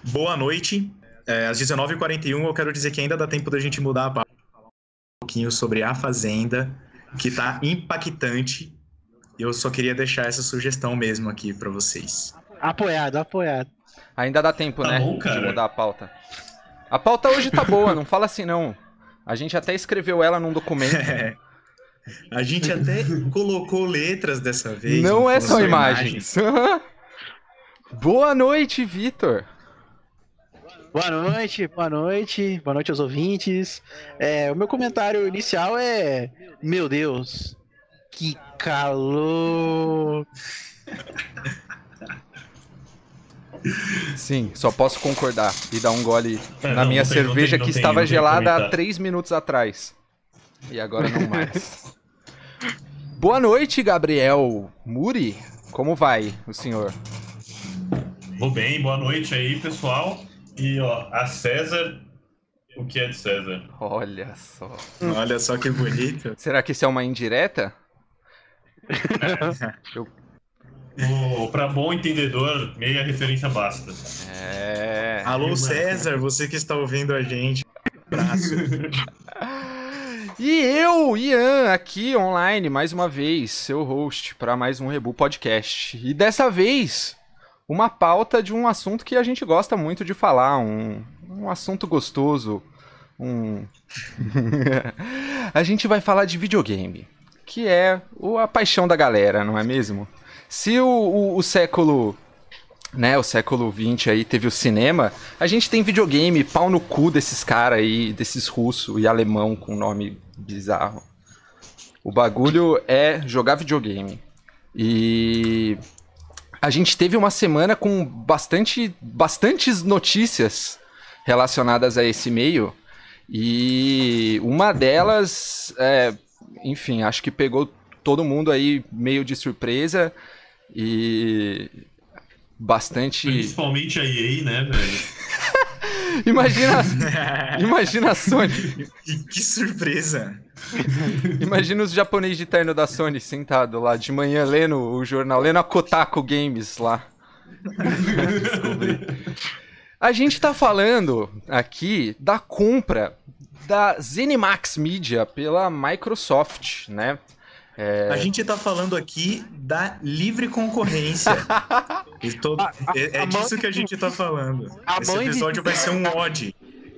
Boa noite. Às 19h41 eu quero dizer que ainda dá tempo da gente mudar a pauta, falar um pouquinho sobre A Fazenda, que tá impactante. Eu só queria deixar essa sugestão mesmo aqui para vocês. Apoiado. Ainda dá tempo, Tá né, bom, de cara. mudar a pauta. A pauta hoje tá boa, não fala assim não. A gente até escreveu ela num documento. A gente até colocou letras dessa vez. Não é só foram imagens. Boa noite, Vitor. Boa noite aos ouvintes. O meu comentário inicial é: meu Deus, que calor! Sim, só posso concordar e dar um gole na minha não tem, cerveja não que tem estava gelada há comentar. 3 minutos atrás. E agora não mais. Boa noite, Gabriel Muri. Como vai o senhor? Vou bem, boa noite aí, pessoal. E, ó, a César, o que é de César? Olha só. Olha só que bonito. Será que isso é uma indireta? Pra bom entendedor, meia referência basta. Alô, César, você que está ouvindo a gente. Abraço. E eu, Ian, aqui online, mais uma vez, seu host para mais um Rebu Podcast. E dessa vez, uma pauta de um assunto que a gente gosta muito de falar, um assunto gostoso, A gente vai falar de videogame, que é a paixão da galera, não é mesmo? Se o século... né, o século XX aí teve o cinema, a gente tem videogame, pau no cu desses caras aí, desses russos e alemão com nome bizarro. O bagulho é jogar videogame. E a gente teve uma semana com bastantes notícias relacionadas a esse meio. E uma delas, enfim, acho que pegou todo mundo aí meio de surpresa e... bastante... Principalmente a EA, né, velho? Imagina a Sony. Que surpresa. Imagina os japoneses de terno da Sony sentado lá de manhã lendo o jornal, lendo a Kotaku Games lá. Descobri. A gente tá falando aqui da compra da ZeniMax Media pela Microsoft, né? A gente tá falando aqui da livre concorrência. É disso que a gente tá falando. Esse episódio vai ser um ode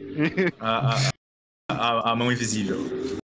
à mão invisível.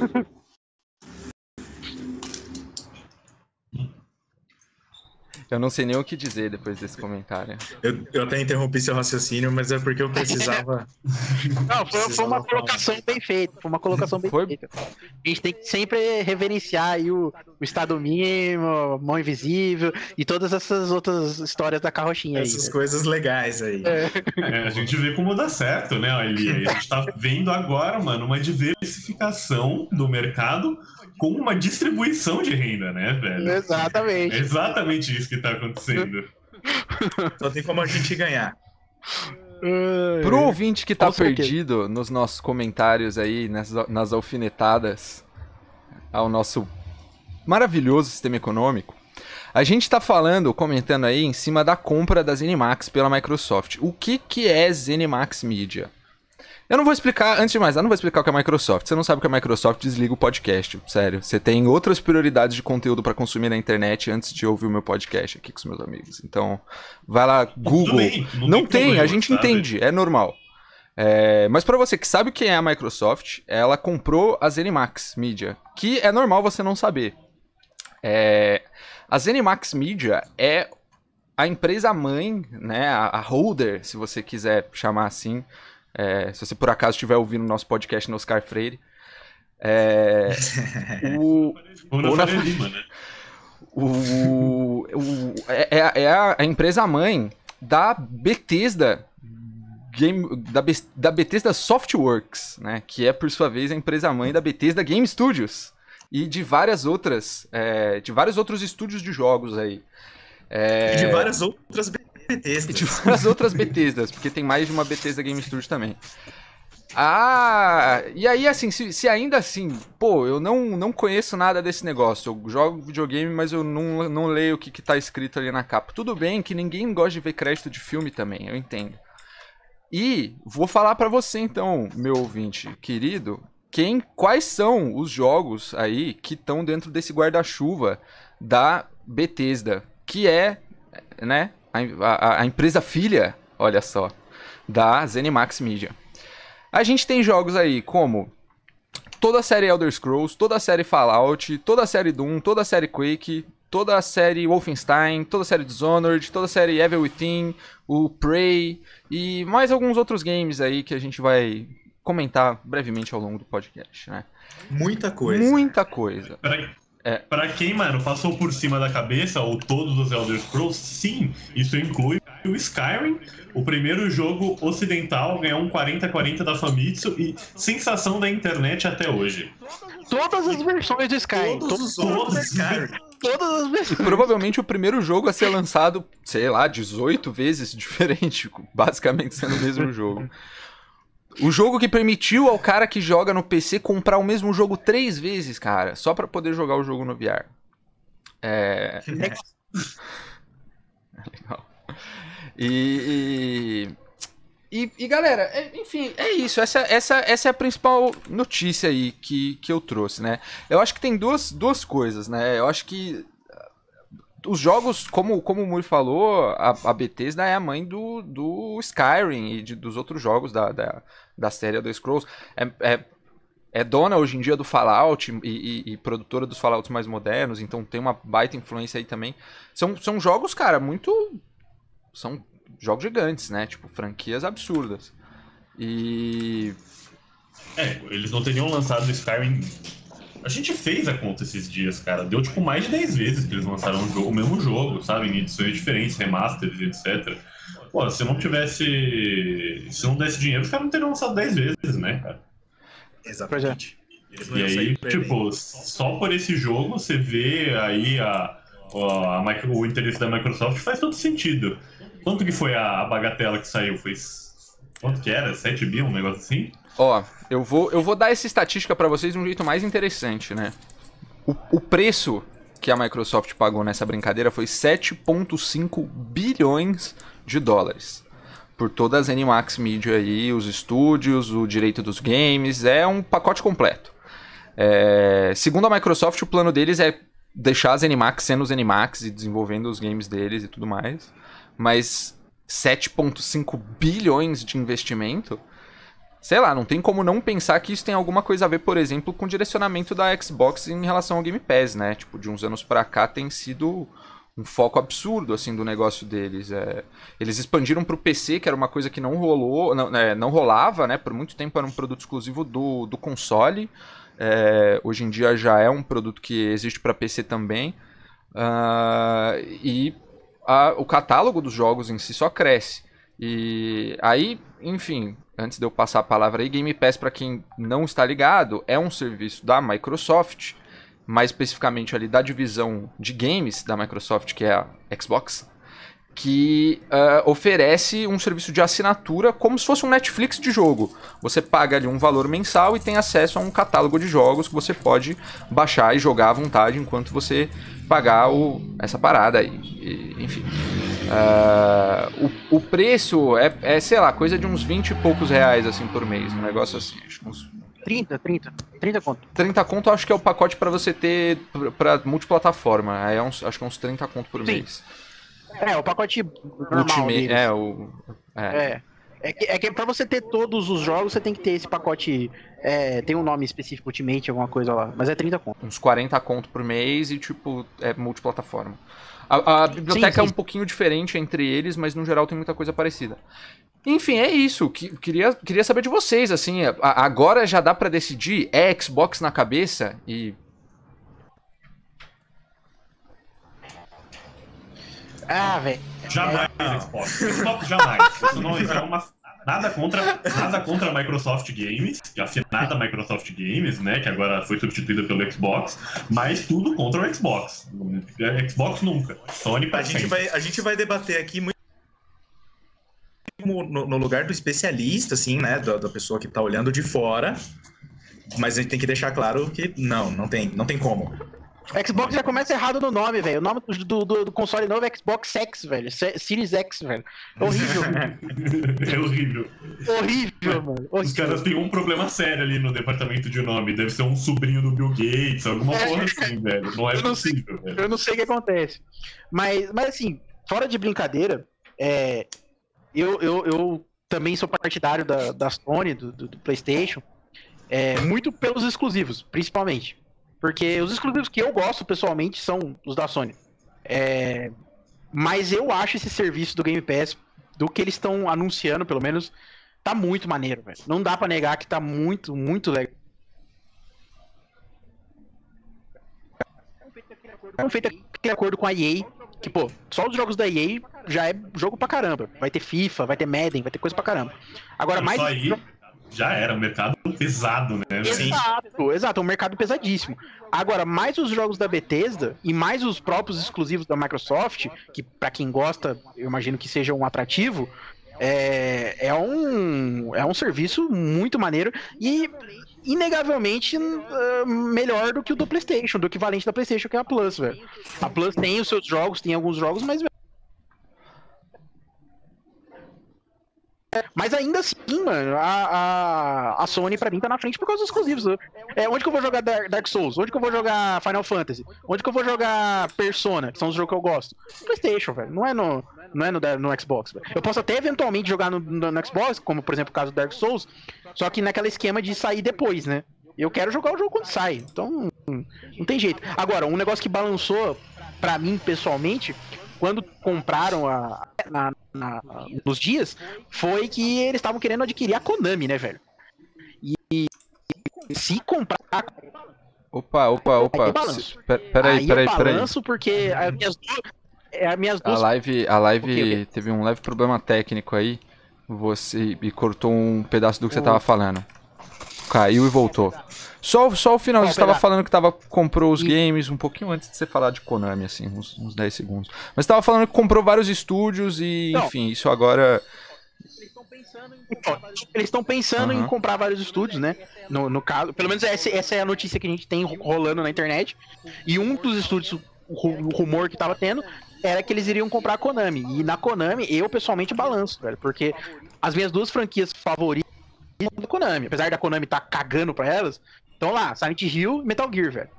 Eu não sei nem o que dizer depois desse comentário. Eu até interrompi seu raciocínio, mas é porque eu precisava... Não, foi uma colocação bem feita. Feita. A gente tem que sempre reverenciar aí o Estado mínimo, Mão Invisível e todas essas outras histórias da carrochinha aí. Essas coisas legais aí. A gente vê como dá certo, né, ali. A gente tá vendo agora, mano, uma diversificação do mercado com uma distribuição de renda, né, velho? Exatamente. É exatamente isso que tá acontecendo. Só tem como a gente ganhar. Pro ouvinte que tá Com certeza. perdido nos nossos comentários aí, nas alfinetadas ao nosso maravilhoso sistema econômico, a gente tá comentando aí em cima da compra da ZeniMax pela Microsoft. O que é ZeniMax Media? Eu não vou explicar, antes de mais nada, não vou explicar o que é a Microsoft. Você não sabe o que é a Microsoft, desliga o podcast, sério. Você tem outras prioridades de conteúdo pra consumir na internet antes de ouvir o meu podcast aqui com os meus amigos. Então, vai lá, Google. Bem, não tem, problema, a gente sabe? entende, é normal. Mas pra você que sabe quem é a Microsoft, ela comprou a ZeniMax Media, que é normal você não saber. A ZeniMax Media é a empresa mãe, né, a holder, se você quiser chamar assim. Se você por acaso estiver ouvindo o nosso podcast no Oscar Freire. Ou na Faria Lima, né? É a empresa mãe da Bethesda da Bethesda Softworks, né? Que é por sua vez a empresa mãe da Bethesda Game Studios e de vários outros estúdios de jogos aí. E de várias outras Bethesdas. E de várias outras Bethesdas, porque tem mais de uma Bethesda Game Studios também. E aí, assim, se ainda assim, pô, eu não conheço nada desse negócio, eu jogo videogame, mas eu não leio o que tá escrito ali na capa. Tudo bem que ninguém gosta de ver crédito de filme também, eu entendo. E vou falar pra você então, meu ouvinte querido, quais são os jogos aí que estão dentro desse guarda-chuva da Bethesda, que é, né, a empresa filha, olha só, da ZeniMax Media. A gente tem jogos aí como toda a série Elder Scrolls, toda a série Fallout, toda a série Doom, toda a série Quake, toda a série Wolfenstein, toda a série Dishonored, toda a série Evil Within, o Prey e mais alguns outros games aí que a gente vai comentar brevemente ao longo do podcast, né? Muita coisa. Muita coisa. Pra quem, mano, passou por cima da cabeça, ou todos os Elder Scrolls, sim, isso inclui o Skyrim, o primeiro jogo ocidental, ganhou um 40/40 da Famitsu e sensação da internet até hoje. Todas as versões do Skyrim. Todos os outros Skyrim. Todas as versões. E provavelmente o primeiro jogo a ser lançado, sei lá, 18 vezes diferente, basicamente sendo o mesmo jogo. O jogo que permitiu ao cara que joga no PC comprar o mesmo jogo 3 vezes, cara, só pra poder jogar o jogo no VR. É legal. E galera, enfim, é isso. Essa é a principal notícia aí que eu trouxe, né? Eu acho que tem duas coisas, né? Eu acho que os jogos, como o Muri falou, a Bethesda é a mãe do Skyrim e dos outros jogos da série Elder Scrolls. É dona hoje em dia do Fallout e produtora dos Fallouts mais modernos, então tem uma baita influência aí também. São jogos, cara, são jogos gigantes, né? Tipo, franquias absurdas. E... eles não teriam lançado o Skyrim... A gente fez a conta esses dias, cara. Deu, tipo, mais de 10 vezes que eles lançaram o mesmo jogo, sabe? Em edições diferentes, remasters e etc. Pô, se não desse dinheiro, os caras não teriam lançado 10 vezes, né, cara? Exatamente. E aí, tipo, só por esse jogo, você vê aí o interesse da Microsoft faz todo sentido. Quanto que foi a bagatela que saiu? Quanto que era? 7 bi, um negócio assim? Ó, eu vou dar essa estatística pra vocês de um jeito mais interessante, né? O preço que a Microsoft pagou nessa brincadeira foi 7,5 bilhões de dólares. Por toda a ZeniMax Media aí, os estúdios, o direito dos games, é um pacote completo. Segundo a Microsoft, o plano deles é deixar a ZeniMax sendo ZeniMax e desenvolvendo os games deles e tudo mais. Mas 7,5 bilhões de investimento... Sei lá, não tem como não pensar que isso tem alguma coisa a ver, por exemplo, com o direcionamento da Xbox em relação ao Game Pass, né? Tipo, de uns anos pra cá tem sido um foco absurdo, assim, do negócio deles. Eles expandiram pro PC, que era uma coisa que não rolava, né? Por muito tempo era um produto exclusivo do console. Hoje em dia já é um produto que existe pra PC também. O catálogo dos jogos em si só cresce. E aí, enfim, antes de eu passar a palavra aí, Game Pass, para quem não está ligado, é um serviço da Microsoft, mais especificamente ali da divisão de games da Microsoft, que é a Xbox, que oferece um serviço de assinatura como se fosse um Netflix de jogo. Você paga ali um valor mensal e tem acesso a um catálogo de jogos que você pode baixar e jogar à vontade enquanto você pagar essa parada aí. Enfim. O preço sei lá, coisa de uns 20 e poucos reais assim, por mês. Um negócio assim. Acho que uns 30 conto. 30 conto eu acho que é o pacote pra você ter pra multiplataforma. Acho que é uns 30 conto por mês. O pacote normal deles. É que pra você ter todos os jogos, você tem que ter esse pacote. Tem um nome específico, Ultimate, alguma coisa lá. Mas é 30 conto. Uns 40 conto por mês e, tipo, é multiplataforma. A biblioteca é um pouquinho diferente entre eles, mas no geral tem muita coisa parecida. Enfim, é isso. Queria saber de vocês, assim. Agora já dá pra decidir? É Xbox na cabeça? E... velho. Jamais, Xbox. Xbox jamais. Isso não é nada contra a Microsoft Games, a afinada Microsoft Games, né, que agora foi substituída pelo Xbox, mas tudo contra o Xbox. Xbox nunca. Sony pra sempre. A gente vai debater aqui muito no lugar do especialista, assim, né, da pessoa que tá olhando de fora, mas a gente tem que deixar claro que não tem como. Xbox já começa errado no nome, velho. O nome do console novo é Xbox X, velho. Series X, velho. Horrível. É horrível. Horrível, mano. Horrível. Os caras têm um problema sério ali no departamento de nome. Deve ser um sobrinho do Bill Gates, alguma porra assim, velho. Não é possível, velho. Eu não sei o que acontece. Mas assim, fora de brincadeira, eu também sou partidário da Sony, do PlayStation, muito pelos exclusivos, principalmente. Porque os exclusivos que eu gosto pessoalmente são os da Sony. Mas eu acho esse serviço do Game Pass, do que eles estão anunciando, pelo menos, tá muito maneiro, velho. Não dá pra negar que tá muito, muito legal. Não feito aquele acordo com a EA, que, pô, só os jogos da EA já é jogo pra caramba. Vai ter FIFA, vai ter Madden, vai ter coisa pra caramba. Agora, mais... Só aí já era um mercado pesado, né? Exato, um mercado pesadíssimo. Agora, mais os jogos da Bethesda e mais os próprios exclusivos da Microsoft, que pra quem gosta, eu imagino que seja um atrativo, é um serviço muito maneiro e inegavelmente melhor do que o do PlayStation, do equivalente da PlayStation, que é a Plus, velho. A Plus tem os seus jogos, tem alguns jogos, mas ainda assim, mano, a Sony pra mim tá na frente por causa dos exclusivos. Onde que eu vou jogar Dark Souls? Onde que eu vou jogar Final Fantasy? Onde que eu vou jogar Persona, que são os jogos que eu gosto? No PlayStation, velho. Não é no Xbox, velho. Eu posso até eventualmente jogar no Xbox, como por exemplo o caso do Dark Souls, só que naquela esquema de sair depois, né? Eu quero jogar o jogo quando sai. Então, não tem jeito. Agora, um negócio que balançou pra mim pessoalmente, quando compraram nos dias, foi que eles estavam querendo adquirir a Konami, né, velho? E se comprar... Opa. Peraí. balanço porque as minhas duas... A live teve um leve problema técnico aí. Você cortou um pedaço do que você tava falando. Caiu e voltou. Só o final, você tava falando que comprou os games um pouquinho antes de você falar de Konami, assim, uns 10 segundos. Mas você tava falando que comprou vários estúdios e, enfim, isso agora... Eles estão pensando em comprar vários estúdios, né? No caso, pelo menos essa é a notícia que a gente tem rolando na internet. E um dos estúdios, o rumor que tava tendo, era que eles iriam comprar a Konami. E na Konami, eu pessoalmente balanço, velho, porque as minhas duas franquias favoritas são da Konami. Apesar da Konami tá cagando pra elas, então lá, Silent Hill e Metal Gear, velho.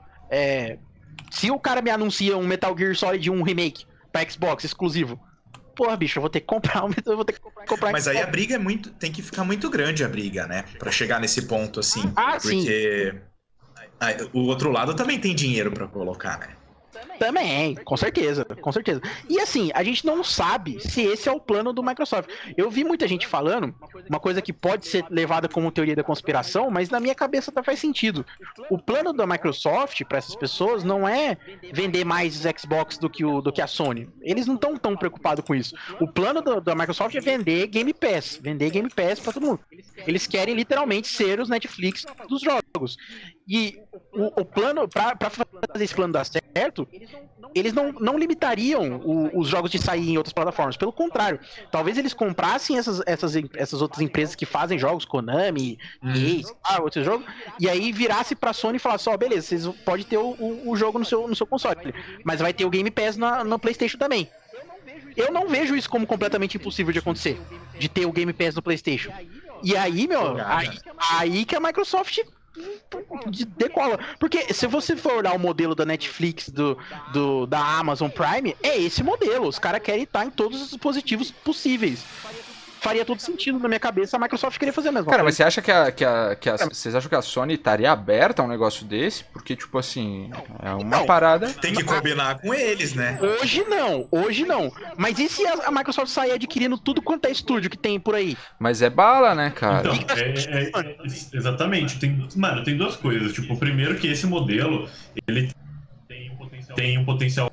Se o cara me anuncia um Metal Gear Solid 1 remake pra Xbox exclusivo, porra, bicho, eu vou ter que comprar Mas aí a briga tem que ficar muito grande, a briga, né? Pra chegar nesse ponto, assim. Porque o outro lado também tem dinheiro pra colocar, né? Também, com certeza. E assim, a gente não sabe se esse é o plano do Microsoft. Eu vi muita gente falando, uma coisa que pode ser levada como teoria da conspiração, mas na minha cabeça até faz sentido. O plano da Microsoft, para essas pessoas, não é vender mais Xbox do que a Sony. Eles não estão tão preocupados com isso. O plano da Microsoft é vender Game Pass para todo mundo. Eles querem literalmente ser os Netflix dos jogos. E o plano, pra fazer esse plano dar certo, eles não limitariam os jogos de sair em outras plataformas. Pelo contrário, talvez eles comprassem essas outras empresas que fazem jogos, Konami, EA, outros jogos, e aí virasse pra Sony e falasse, beleza, vocês podem ter o jogo no seu console, mas vai ter o Game Pass no PlayStation também. Eu não vejo isso como completamente impossível de acontecer, de ter o Game Pass no PlayStation. E aí, aí que a Microsoft decola. Porque se você for olhar o modelo da Netflix, da Amazon Prime, é esse modelo. Os caras querem estar em todos os dispositivos possíveis. Faria todo sentido na minha cabeça a Microsoft querer fazer a mesma coisa. Mas você acha vocês acham que a Sony estaria aberta a um negócio desse? Porque, tipo assim, é uma parada... Tem que combinar com eles, né? Hoje não. Mas e se a Microsoft sair adquirindo tudo quanto é estúdio que tem por aí? Mas é bala, né, cara? Então, exatamente. Tem duas coisas. Tipo, primeiro que esse modelo, ele tem um potencial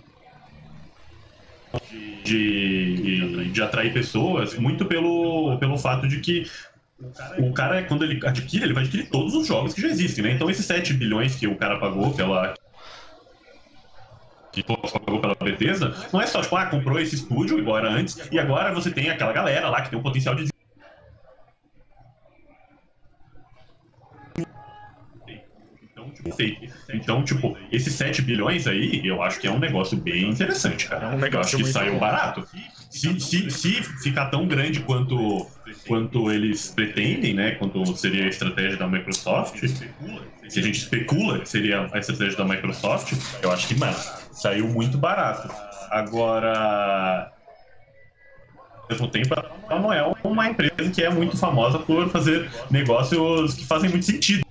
de atrair pessoas muito pelo fato de que o cara, quando ele adquire, ele vai adquirir todos os jogos que já existem, né? Então esses 7 bilhões que o cara pagou pela Bethesda, não é só, tipo, comprou esse estúdio igual era antes, e agora você tem aquela galera lá que tem um potencial de... Então, tipo, feito. Então, tipo, esses 7 bilhões aí, eu acho que é um negócio bem interessante, cara. Eu acho que saiu barato. Se ficar tão grande quanto eles pretendem, né? Quanto seria a estratégia da Microsoft, se a gente especula que seria a estratégia da Microsoft, eu acho que, mano, saiu muito barato. Agora, ao mesmo tempo, ela não é uma empresa que é muito famosa por fazer negócios que fazem muito sentido.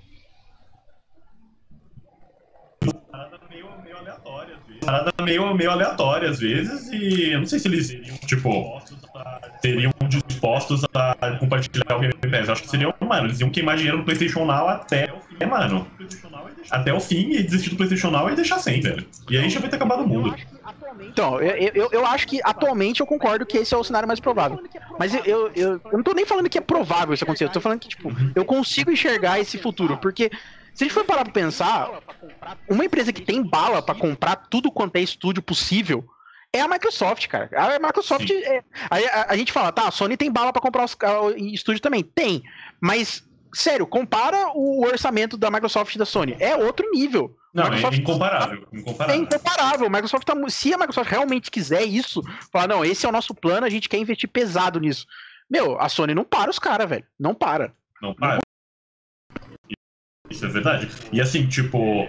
Parada meio aleatória às vezes, e eu não sei se eles, tipo, seriam dispostos a compartilhar o Game Pass. Eu acho que seriam, mano, eles iam queimar dinheiro no PlayStation Now até o fim e desistir do PlayStation Now e deixar sem, velho. E aí já vai ter acabado o mundo. Então, eu acho que atualmente eu concordo que esse é o cenário mais provável. Mas eu não tô nem falando que é provável isso acontecer, eu tô falando que, tipo, eu consigo enxergar esse futuro, porque se a gente for parar pra pensar, uma empresa que tem bala pra comprar tudo quanto é estúdio possível é a Microsoft, cara. A Microsoft, a gente fala, tá, a Sony tem bala pra comprar o estúdio também. Tem, mas, sério, compara o orçamento da Microsoft e da Sony. É outro nível. Não, é incomparável. É incomparável. Se a Microsoft realmente quiser isso, falar, não, esse é o nosso plano, a gente quer investir pesado nisso. Meu, a Sony não para os caras, velho. Não para. Não para. Isso é verdade. E assim, tipo,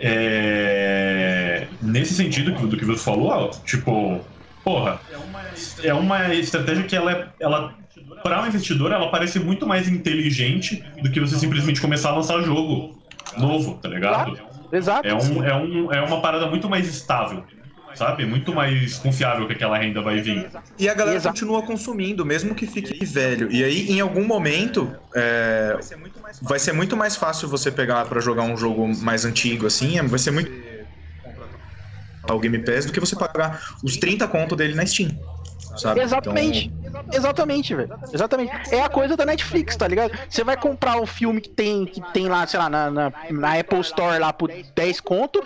nesse sentido do que você falou, tipo, porra, é uma estratégia que ela para um investidor, ela parece muito mais inteligente do que você simplesmente começar a lançar jogo novo, tá ligado? Exato. É uma parada muito mais estável, sabe? Muito mais confiável que aquela renda vai vir. E a galera continua consumindo, mesmo que fique velho. E aí, em algum momento, vai ser muito mais fácil você pegar pra jogar um jogo mais antigo, assim. Vai ser muito ao Game Pass do que você pagar os 30 conto dele na Steam, sabe? Exatamente. Então... Exatamente, velho. Exatamente. É a coisa da Netflix, tá ligado? Você vai comprar um filme que tem lá, sei lá, na Apple Store lá por 10 conto.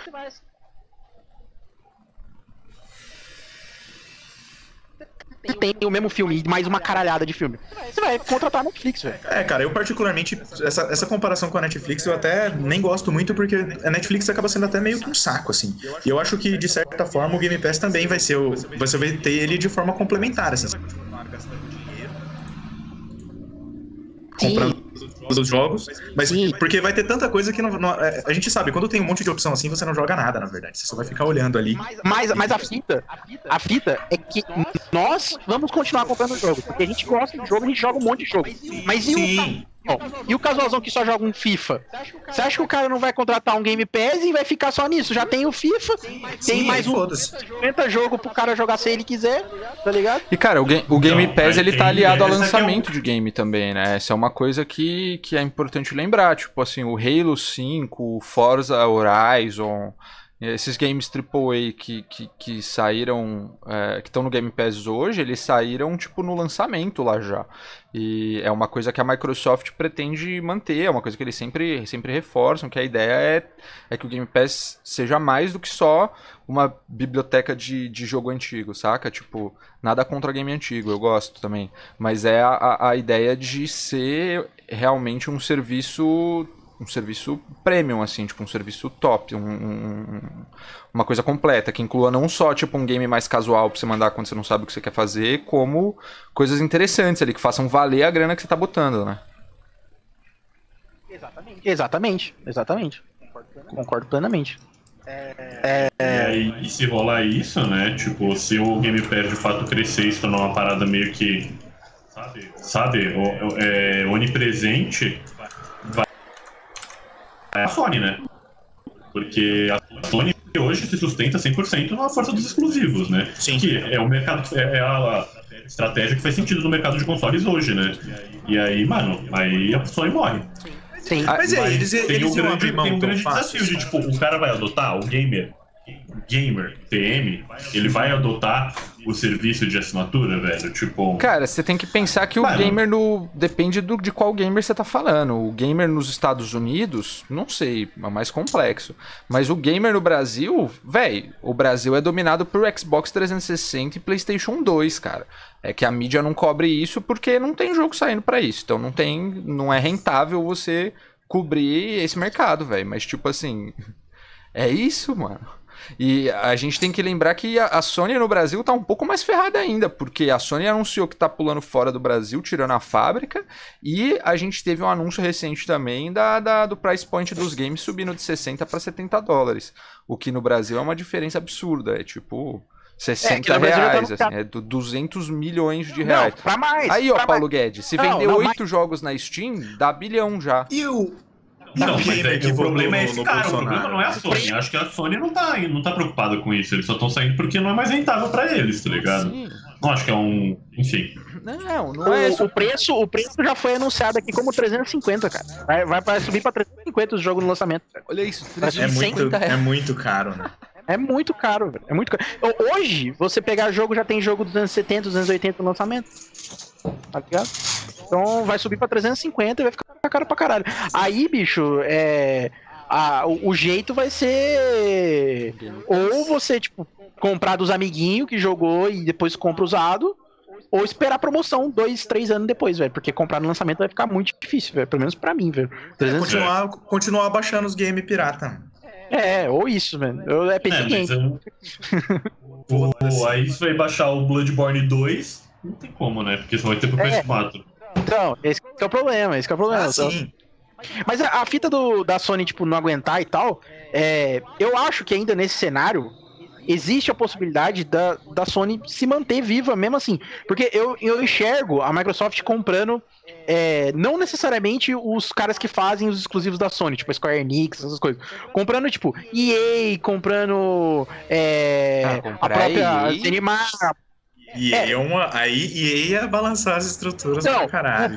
Tem o mesmo filme, mais uma caralhada de filme. Você vai contratar a Netflix, velho. Cara, eu particularmente, essa comparação com a Netflix eu até nem gosto muito, porque a Netflix acaba sendo até meio que um saco, assim. E eu acho que, de certa forma, o Game Pass também vai ter ele de forma complementar, assim. Comprando os jogos, mas porque vai ter tanta coisa que a gente sabe, quando tem um monte de opção assim, você não joga nada, na verdade, você só vai ficar olhando ali. Mas a fita é que nós vamos continuar comprando o jogo, porque a gente gosta do jogo, a gente joga um monte de jogo. Mas e o casualzão que só joga um FIFA? Você acha que o cara não vai contratar um Game Pass e vai ficar só nisso? Já tem o FIFA, tem mais 50 jogos pro cara jogar se ele quiser, tá ligado? E cara, o Game Pass ele tá aliado ao lançamento de game também, né? Essa é uma coisa que é importante lembrar, tipo assim, o Halo 5, o Forza Horizon, esses games AAA que saíram, que estão no Game Pass hoje, eles saíram tipo no lançamento lá já. E é uma coisa que a Microsoft pretende manter, é uma coisa que eles sempre reforçam, que a ideia é que o Game Pass seja mais do que só uma biblioteca de jogo antigo, saca? Tipo, nada contra game antigo, eu gosto também. Mas é a ideia de ser realmente um serviço premium, assim, tipo um serviço top, uma coisa completa, que inclua não só tipo um game mais casual pra você mandar quando você não sabe o que você quer fazer, como coisas interessantes ali, que façam valer a grana que você tá botando, né? Exatamente. Concordo plenamente. E aí, se rolar isso, né, tipo, se o Game Pass de fato crescer e se tornar uma parada meio que, sabe, onipresente, a Sony, né? Porque a Sony hoje se sustenta 100% na força dos exclusivos, né? Sim. Que é o mercado, é a estratégia que faz sentido no mercado de consoles hoje, né? E aí, mano, aí a Sony morre. Sim. Mas aí, eles iam abrir mão tem um grande fácil, desafio de, tipo, o cara vai adotar, o gamer, PM, ele vai adotar o serviço de assinatura, velho, tipo... Cara, você tem que pensar que o gamer depende de qual gamer você tá falando. O gamer nos Estados Unidos, não sei, é mais complexo. Mas o gamer no Brasil, velho, o Brasil é dominado por Xbox 360 e PlayStation 2, cara. É que a mídia não cobre isso porque não tem jogo saindo pra isso. Então não é rentável você cobrir esse mercado, velho. Mas, tipo assim, é isso, mano. E a gente tem que lembrar que a Sony no Brasil tá um pouco mais ferrada ainda, porque a Sony anunciou que tá pulando fora do Brasil, tirando a fábrica, e a gente teve um anúncio recente também do price point dos games subindo de 60 para 70 dólares, o que no Brasil é uma diferença absurda, é tipo 60 reais, assim, é 200 milhões de reais. Não, pra mais. Aí, ó, pra Paulo mais. Guedes, se vender 8 jogos na Steam, dá bilhão já. E o Não, mas é que o problema é esse cara, o Bolsonaro. problema não é a Sony. Acho que a Sony não tá preocupada com isso. Eles só estão saindo porque não é mais rentável pra eles, tá ligado? Sim. Não acho que é um. Enfim. Não é isso. O preço já foi anunciado aqui como 350, cara. Vai subir pra 350 os jogos no lançamento. Olha isso, É muito caro, né? É muito caro, velho. É muito caro. Hoje, você pegar jogo, já tem jogo 270, 280 no lançamento. Tá ligado? Então vai subir pra 350 e vai ficar caro pra caralho. Aí, bicho, o jeito vai ser ou você, tipo, comprar dos amiguinhos que jogou e depois compra usado, ou esperar promoção 2, 3 anos depois, velho. Porque comprar no lançamento vai ficar muito difícil, velho. Pelo menos pra mim, velho. Continuar baixando os game pirata. Ou isso, velho. É PC Game. Aí você vai baixar o Bloodborne 2, não tem como, né? Porque só vai ter pro PS4. Então, esse que é o problema, Ah, sim. Mas a fita da Sony, tipo, não aguentar e tal, eu acho que ainda nesse cenário existe a possibilidade da Sony se manter viva mesmo assim. Porque eu enxergo a Microsoft comprando, não necessariamente os caras que fazem os exclusivos da Sony, tipo Square Enix, essas coisas. Comprando, tipo, EA, comprando a própria ZeniMax. Aí EA ia balançar as estruturas pra caralho.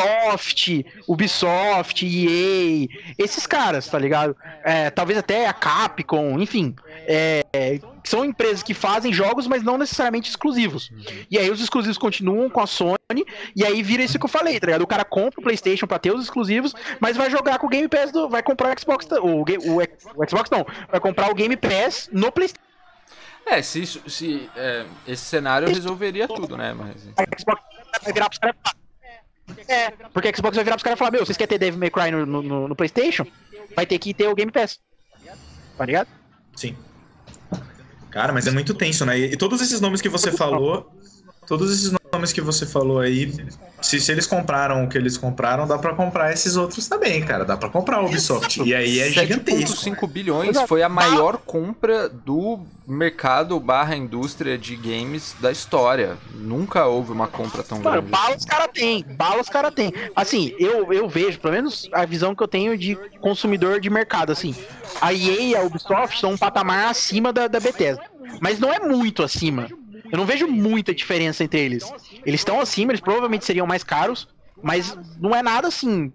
Ubisoft, EA, esses caras, tá ligado? Talvez até a Capcom, enfim. São empresas que fazem jogos, mas não necessariamente exclusivos. E aí os exclusivos continuam com a Sony, e aí vira isso que eu falei, tá ligado? O cara compra o PlayStation pra ter os exclusivos, mas vai jogar com o Game Pass, vai comprar o Xbox, o Xbox não, vai comprar o Game Pass no PlayStation. Se esse cenário resolveria tudo, né? Mas... A Xbox vai virar pros caras e falar. Porque a Xbox vai virar pros caras e falar: vocês querem ter Devil May Cry no PlayStation? Vai ter que ter o Game Pass. Tá ligado? Sim. Cara, mas é muito tenso, né? E todos esses nomes que você falou. Todos esses nomes que você falou aí, se eles compraram o que eles compraram, dá pra comprar esses outros também, cara. Dá pra comprar o Ubisoft. E aí é gigantesco. 7,5 bilhões foi a maior compra do mercado / indústria de games da história. Nunca houve uma compra tão grande. Bala os caras têm. Assim, eu vejo, pelo menos a visão que eu tenho de consumidor de mercado, assim. A EA e a Ubisoft são um patamar acima da Bethesda. Mas não é muito acima. Eu não vejo muita diferença entre eles. Eles estão acima, eles provavelmente seriam mais caros, mas não é nada assim.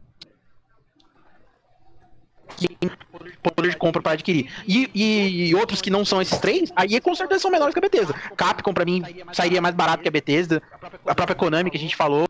Poder de compra para adquirir. E outros que não são esses três, aí com certeza são menores que a Bethesda. Capcom, pra mim, sairia mais barato que a Bethesda. A própria Konami, que a gente falou.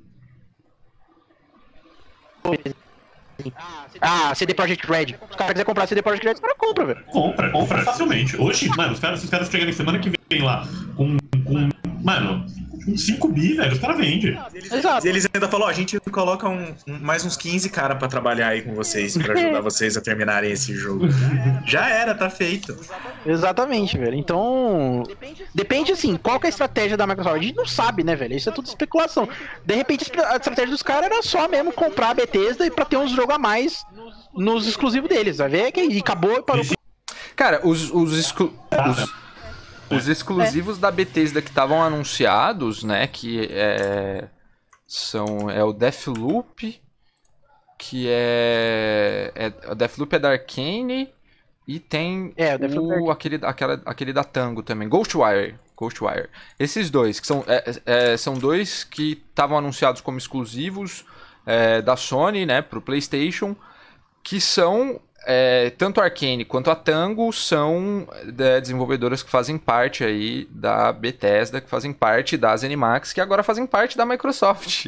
CD Projekt Red. Se o cara quiser comprar CD Projekt Red, o cara compra, velho. Compra facilmente. Hoje, mano, se os caras chegarem semana que vem lá com mano, com 5 bi, velho, os caras vendem. Exato. E eles ainda falam, a gente coloca mais uns 15 caras pra trabalhar aí com vocês, pra ajudar vocês a terminarem esse jogo. Já era, tá feito. Exatamente, velho. Então, depende assim, qual que é a estratégia da Microsoft? A gente não sabe, né, velho? Isso é tudo especulação. De repente, a estratégia dos caras era só mesmo comprar a Bethesda e pra ter uns jogos a mais nos exclusivos deles. Vai ver que acabou e parou. Cara, os exclusivos da Bethesda que estavam anunciados, né, que é o Deathloop, que o Deathloop é da Arcane, e tem aquele da Tango também, Ghostwire. Esses dois, que são dois que estavam anunciados como exclusivos da Sony, né, pro PlayStation, que são... tanto a Arcane quanto a Tango são desenvolvedoras que fazem parte aí da Bethesda, que fazem parte da ZeniMax, que agora fazem parte da Microsoft.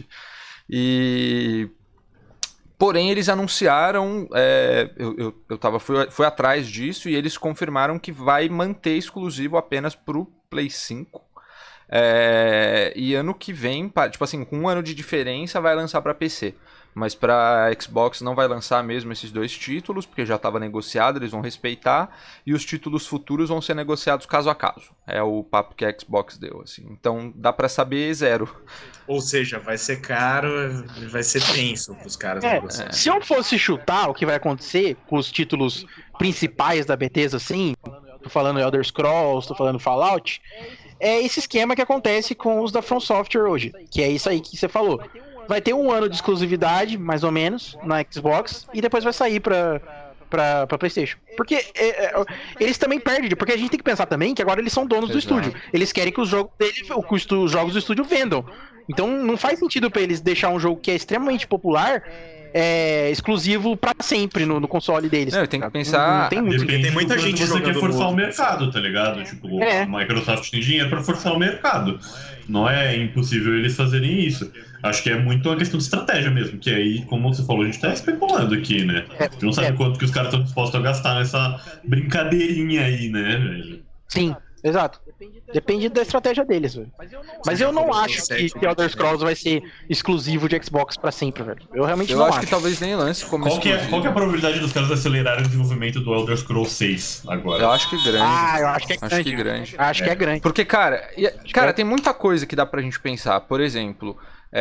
Porém, eles anunciaram, fui atrás disso, e eles confirmaram que vai manter exclusivo apenas pro Play 5. E ano que vem, tipo assim, com um ano de diferença, vai lançar pra PC. Mas pra Xbox não vai lançar mesmo esses 2 títulos, porque já estava negociado, eles vão respeitar. E os títulos futuros vão ser negociados caso a caso. É o papo que a Xbox deu, assim. Então dá pra saber 0. Ou seja, vai ser caro, vai ser tenso pros caras negociarem. Se eu fosse chutar o que vai acontecer com os títulos principais da Bethesda, assim, tô falando Elder Scrolls, tô falando Fallout, é esse esquema que acontece com os da From Software hoje, que é isso aí que você falou. Vai ter um ano de exclusividade, mais ou menos, na Xbox, e depois vai sair pra PlayStation. Porque eles também perdem, porque a gente tem que pensar também que agora eles são donos do estúdio. Eles querem que os jogos os jogos do estúdio vendam. Então não faz sentido pra eles deixar um jogo que é extremamente popular exclusivo pra sempre no console deles. Não, tem que pensar. Tem muita gente você quer jogando forçar o no mercado, tá ligado? Tipo, a Microsoft tem dinheiro pra forçar o mercado. Não é impossível eles fazerem isso. Acho que é muito uma questão de estratégia mesmo, que aí, como você falou, a gente tá especulando aqui, né? A gente não sabe quanto que os caras estão dispostos a gastar nessa brincadeirinha aí, né, velho? Sim, exato. Depende da estratégia deles, velho. Mas eu não acho que Elder Scrolls vai ser exclusivo de Xbox pra sempre, velho. Eu realmente não acho. Eu acho que talvez nem lance como qual que é a probabilidade dos caras acelerarem o desenvolvimento do Elder Scrolls 6 agora? Eu acho que grande. Eu acho que é grande. Acho que é grande. Porque, cara, tem muita coisa que dá pra gente pensar. Por exemplo,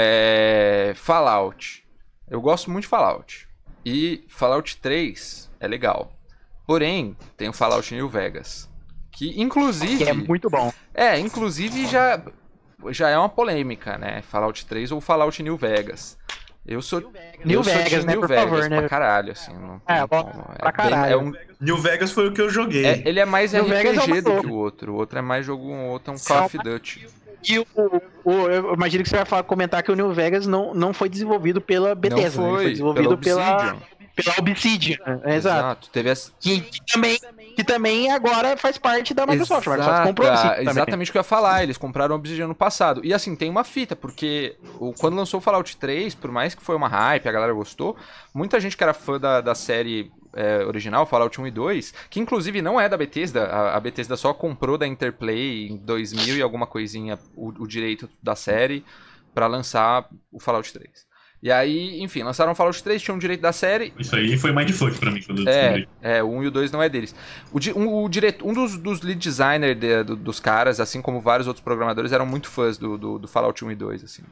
Fallout. Eu gosto muito de Fallout. E Fallout 3 é legal. Porém, tem o Fallout New Vegas. Que, inclusive... Que é muito bom. Inclusive já é uma polêmica, né? Fallout 3 ou Fallout New Vegas. Eu sou New Vegas, né? New Por Vegas, favor, né? pra caralho, assim. Pra caralho. New Vegas foi o que eu joguei. Ele é mais New Vegas RPG do que o outro. O outro é mais jogo, o outro é um Call of Duty. E eu imagino que você vai comentar que o New Vegas não foi desenvolvido pela Bethesda. Não foi desenvolvido pela Obsidian. Exato. Teve Que também agora faz parte da Microsoft. A Microsoft comprou a Obsidian também. Exatamente o que eu ia falar. Eles compraram a Obsidian no passado. E assim, tem uma fita, porque quando lançou o Fallout 3, por mais que foi uma hype, a galera gostou, muita gente que era fã da série original, Fallout 1 e 2, que inclusive não é da Bethesda, a Bethesda só comprou da Interplay em 2000 e alguma coisinha o direito da série pra lançar o Fallout 3. E aí, enfim, lançaram o Fallout 3, tinham o direito da série. Isso aí foi mindfuck pra mim quando eu descobri. O 1 e o 2 não é deles. Um dos lead designers dos caras, assim como vários outros programadores, eram muito fãs do Fallout 1 e 2, assim,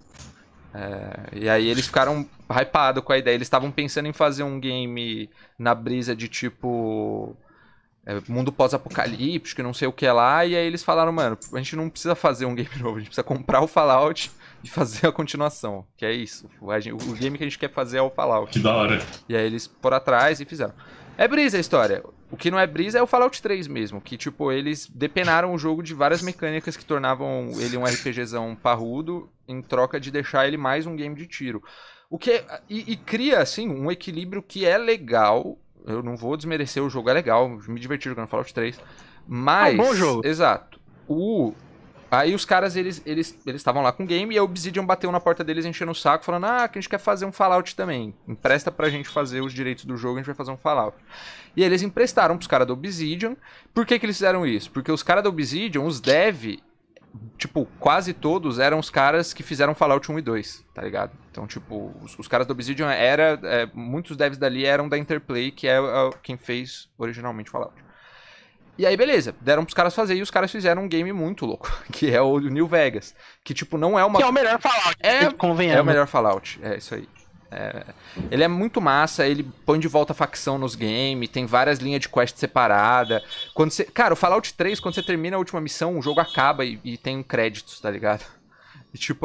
e aí eles ficaram hypados com a ideia. Eles estavam pensando em fazer um game na brisa de tipo... mundo pós-apocalíptico, não sei o que lá, e aí eles falaram, mano, a gente não precisa fazer um game novo, a gente precisa comprar o Fallout e fazer a continuação, que é isso. O game que a gente quer fazer é o Fallout. Que da hora. E aí eles foram atrás e fizeram. É brisa a história. O que não é brisa é o Fallout 3 mesmo, que tipo, eles depenaram o jogo de várias mecânicas que tornavam ele um RPGzão parrudo, em troca de deixar ele mais um game de tiro. E cria, assim, um equilíbrio que é legal. Eu não vou desmerecer, o jogo é legal, me diverti jogando Fallout 3. Mas... É um bom jogo. Exato. Aí os caras, eles estavam lá com o game e a Obsidian bateu na porta deles enchendo o saco, falando, que a gente quer fazer um Fallout também. Empresta pra gente fazer os direitos do jogo, a gente vai fazer um Fallout. E aí eles emprestaram pros caras da Obsidian. Por que eles fizeram isso? Porque os caras da Obsidian, os dev, tipo, quase todos eram os caras que fizeram Fallout 1 e 2, tá ligado? Então, tipo, os caras da Obsidian muitos devs dali eram da Interplay, que é quem fez originalmente Fallout. E aí, beleza, deram pros caras fazer e os caras fizeram um game muito louco, que é o New Vegas. Que, tipo, não é uma... Que é o melhor Fallout, convenhamos. É o melhor Fallout, é isso aí. Ele é muito massa, ele põe de volta a facção nos games, tem várias linhas de quest separada. Cara, o Fallout 3, quando você termina a última missão, o jogo acaba e tem créditos, tá ligado? E, tipo,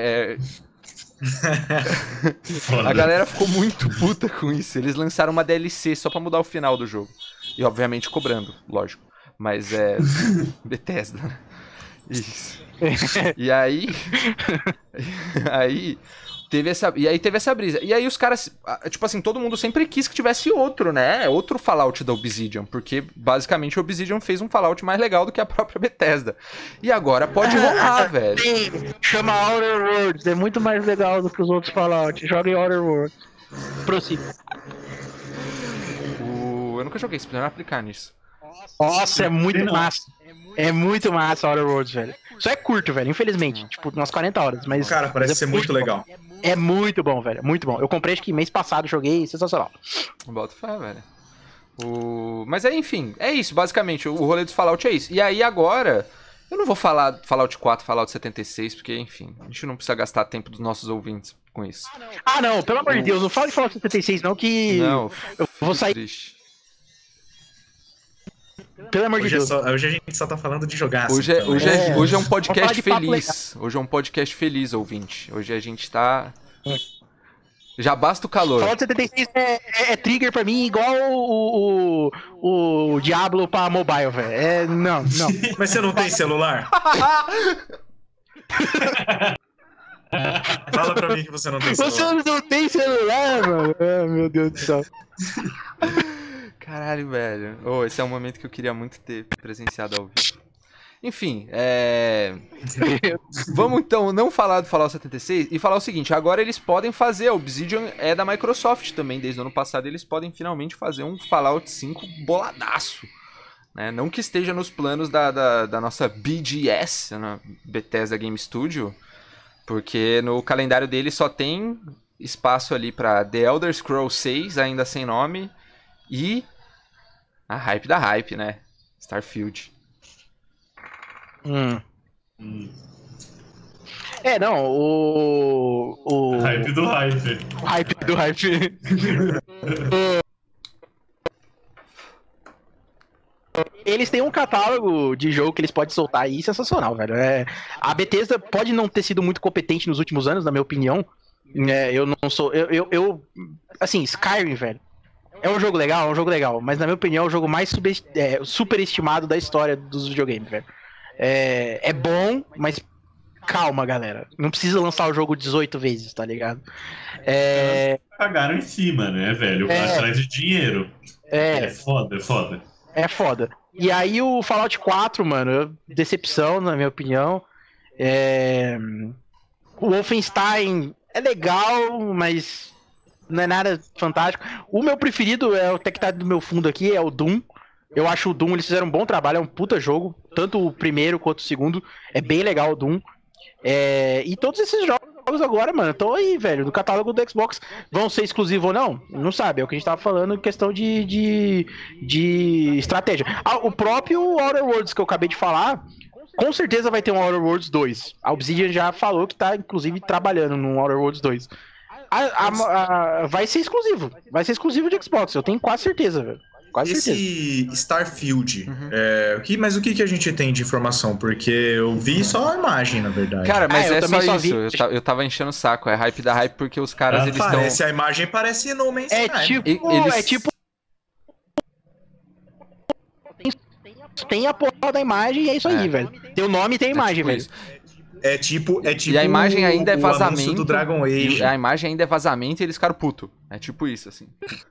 a galera ficou muito puta com isso. Eles lançaram uma DLC só pra mudar o final do jogo. E obviamente cobrando, lógico. Mas Bethesda, né? Isso. E aí teve essa brisa. E aí os caras, tipo assim, todo mundo sempre quis que tivesse outro, né? Outro Fallout da Obsidian. Porque basicamente a Obsidian fez um Fallout mais legal do que a própria Bethesda. E agora pode rolar, velho. Sim, chama Outer Worlds. É muito mais legal do que os outros Fallout. Joga em Outer Worlds. Prossiga. Eu nunca joguei, se puder aplicar nisso. Nossa, é muito massa. É muito massa Outer Worlds, velho. Só é curto, velho, infelizmente. Tipo, umas 40 horas. Mas, cara, parece ser muito legal. É muito bom, velho. Muito bom. Eu comprei acho que mês passado, joguei, sensacional. Bota fé, velho. Mas aí, enfim, é isso, basicamente. O rolê dos Fallout é isso. E aí agora, eu não vou falar Fallout 4, Fallout 76, porque, enfim, a gente não precisa gastar tempo dos nossos ouvintes com isso. Ah, não, pelo amor de Deus, não fala de Fallout 76 não, que não, eu vou sair... Triste. Pelo amor de Deus. Hoje a gente só tá falando de jogar. Hoje é um podcast feliz. Hoje é um podcast feliz, ouvinte. Hoje a gente tá... Já basta o calor. Fallout 76 é trigger pra mim igual o Diablo pra mobile, velho. Não. Mas você não tem celular? Fala pra mim que você não tem celular. Você não tem celular, mano? Meu Deus do céu. Caralho, velho. Esse é um momento que eu queria muito ter presenciado ao vivo. Enfim, vamos então não falar do Fallout 76 e falar o seguinte, agora eles podem fazer, a Obsidian é da Microsoft também, desde o ano passado eles podem finalmente fazer um Fallout 5 boladaço. Né? Não que esteja nos planos da nossa BGS, né? Bethesda Game Studio, porque no calendário deles só tem espaço ali pra The Elder Scrolls 6, ainda sem nome, e a hype da hype, né? Starfield. Não, o... Hype do hype. O hype do hype. Eles têm um catálogo de jogo que eles podem soltar aí sensacional, velho. A Bethesda pode não ter sido muito competente nos últimos anos, na minha opinião. Eu não sou... Assim, Skyrim, velho. É um jogo legal, mas na minha opinião é o jogo mais superestimado da história dos videogames, velho. É bom, mas calma, galera. Não precisa lançar o jogo 18 vezes, tá ligado? Pagaram em cima, né, velho? Atrás de dinheiro. É foda. É foda. E aí o Fallout 4, mano, decepção, na minha opinião. O Wolfenstein é legal, mas não é nada fantástico. O meu preferido é o que tá do meu fundo aqui, é o Doom. Eu acho o Doom, eles fizeram um bom trabalho, é um puta jogo. Tanto o primeiro quanto o segundo. É bem legal o Doom. E todos esses jogos agora, mano, estão aí, velho, no catálogo do Xbox. Vão ser exclusivos ou não? Não sabe, é o que a gente tava falando em questão de estratégia. O próprio Outer Worlds que eu acabei de falar, com certeza vai ter um Outer Worlds 2. A Obsidian já falou que tá, inclusive, trabalhando no Outer Worlds 2. Vai ser exclusivo. Vai ser exclusivo de Xbox, eu tenho quase certeza, velho. Esse Starfield, mas o que a gente tem de informação? Porque eu vi só a imagem, na verdade. Cara, mas é só isso. Eu tava enchendo o saco. É hype da hype porque os caras, eles estão... A imagem parece No Man's Sky. Tipo... Tem a porra da imagem e é isso aí, velho. Tem o nome e tem a imagem, velho. Isso. É tipo e a imagem ainda é vazamento do Dragon Age. A imagem ainda é vazamento e eles ficaram puto. É tipo isso, assim.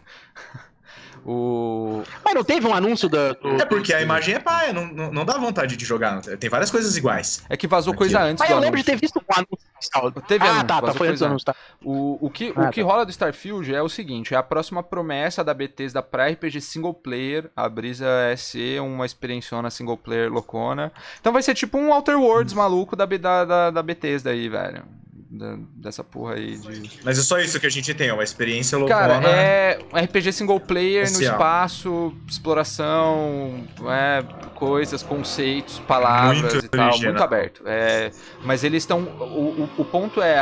Mas não teve um anúncio É porque a imagem é paia, não dá vontade de jogar. Tem várias coisas iguais. É que vazou coisa antes do anúncio. Mas eu lembro de ter visto um anúncio. Teve anúncio, tá, foi antes do anúncio, tá. O que rola do Starfield é o seguinte, é a próxima promessa da Bethesda pra RPG single player. A brisa é ser uma experiência single player loucona. Então vai ser tipo um Outer Worlds maluco da Bethesda aí, velho. Dessa porra aí Mas é só isso que a gente tem, uma experiência loucona. Cara, é um RPG single player no espaço, exploração, coisas, conceitos, palavras muito e tal, original. Muito aberto. Mas eles estão... O ponto é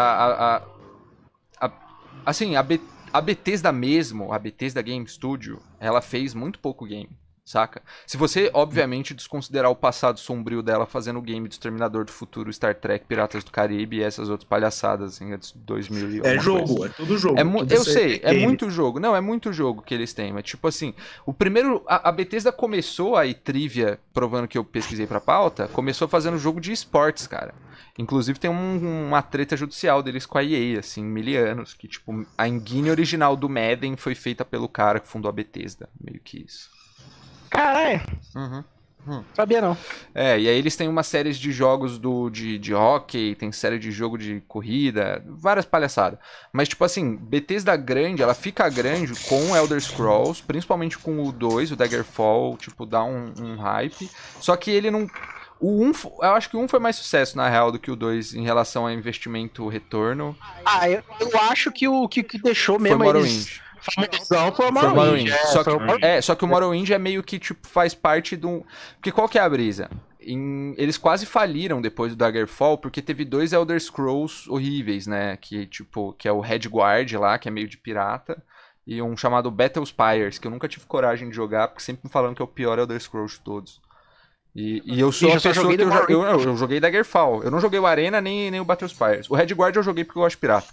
assim, a Bethesda mesmo, a Bethesda Game Studio, ela fez muito pouco game. Saca? Se você, obviamente, desconsiderar o passado sombrio dela fazendo o game do Exterminador do Futuro, Star Trek, Piratas do Caribe e essas outras palhaçadas, assim, antes de 2000 e jogo, coisa. É tudo jogo. Eu sei, é muito jogo. Não, é muito jogo que eles têm, mas tipo assim, o primeiro... A Bethesda começou aí, trivia, provando que eu pesquisei pra pauta, começou fazendo jogo de esportes, cara. Inclusive tem uma treta judicial deles com a EA, assim, 1000 anos, que tipo, a engine original do Madden foi feita pelo cara que fundou a Bethesda, meio que isso. Caralho. Sabia não. E aí eles têm uma série de jogos de hockey, tem série de jogo de corrida, várias palhaçadas. Mas, tipo assim, Bethesda grande, ela fica grande com Elder Scrolls, principalmente com o 2, o Daggerfall, tipo, dá um hype. Só que ele não... eu acho que o 1 foi mais sucesso, na real, do que o 2 em relação a investimento-retorno. Eu acho que o que deixou mesmo eles... Foi o Morrowind. Só que o Morrowind é meio que, tipo, faz parte do... Porque qual que é a brisa? Eles quase faliram depois do Daggerfall, porque teve 2 Elder Scrolls horríveis, né? Que é o Redguard lá, que é meio de pirata, e um chamado Battlespires, que eu nunca tive coragem de jogar, porque sempre me falaram que é o pior Elder Scrolls de todos. E eu sou a pessoa que eu joguei Daggerfall. Eu não joguei o Arena nem o Battlespires. O Redguard eu joguei porque eu gosto de pirata.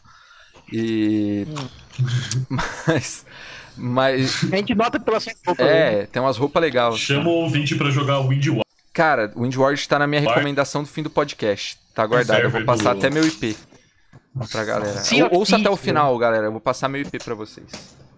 Mas. A gente nota pelas roupas. Tem umas roupas legais. Chama o ouvinte pra jogar o Windward. Cara, o Windward tá na minha recomendação do fim do podcast. Tá guardado. Eu vou passar até meu IP pra galera. Ouça até o final, galera. Eu vou passar meu IP pra vocês.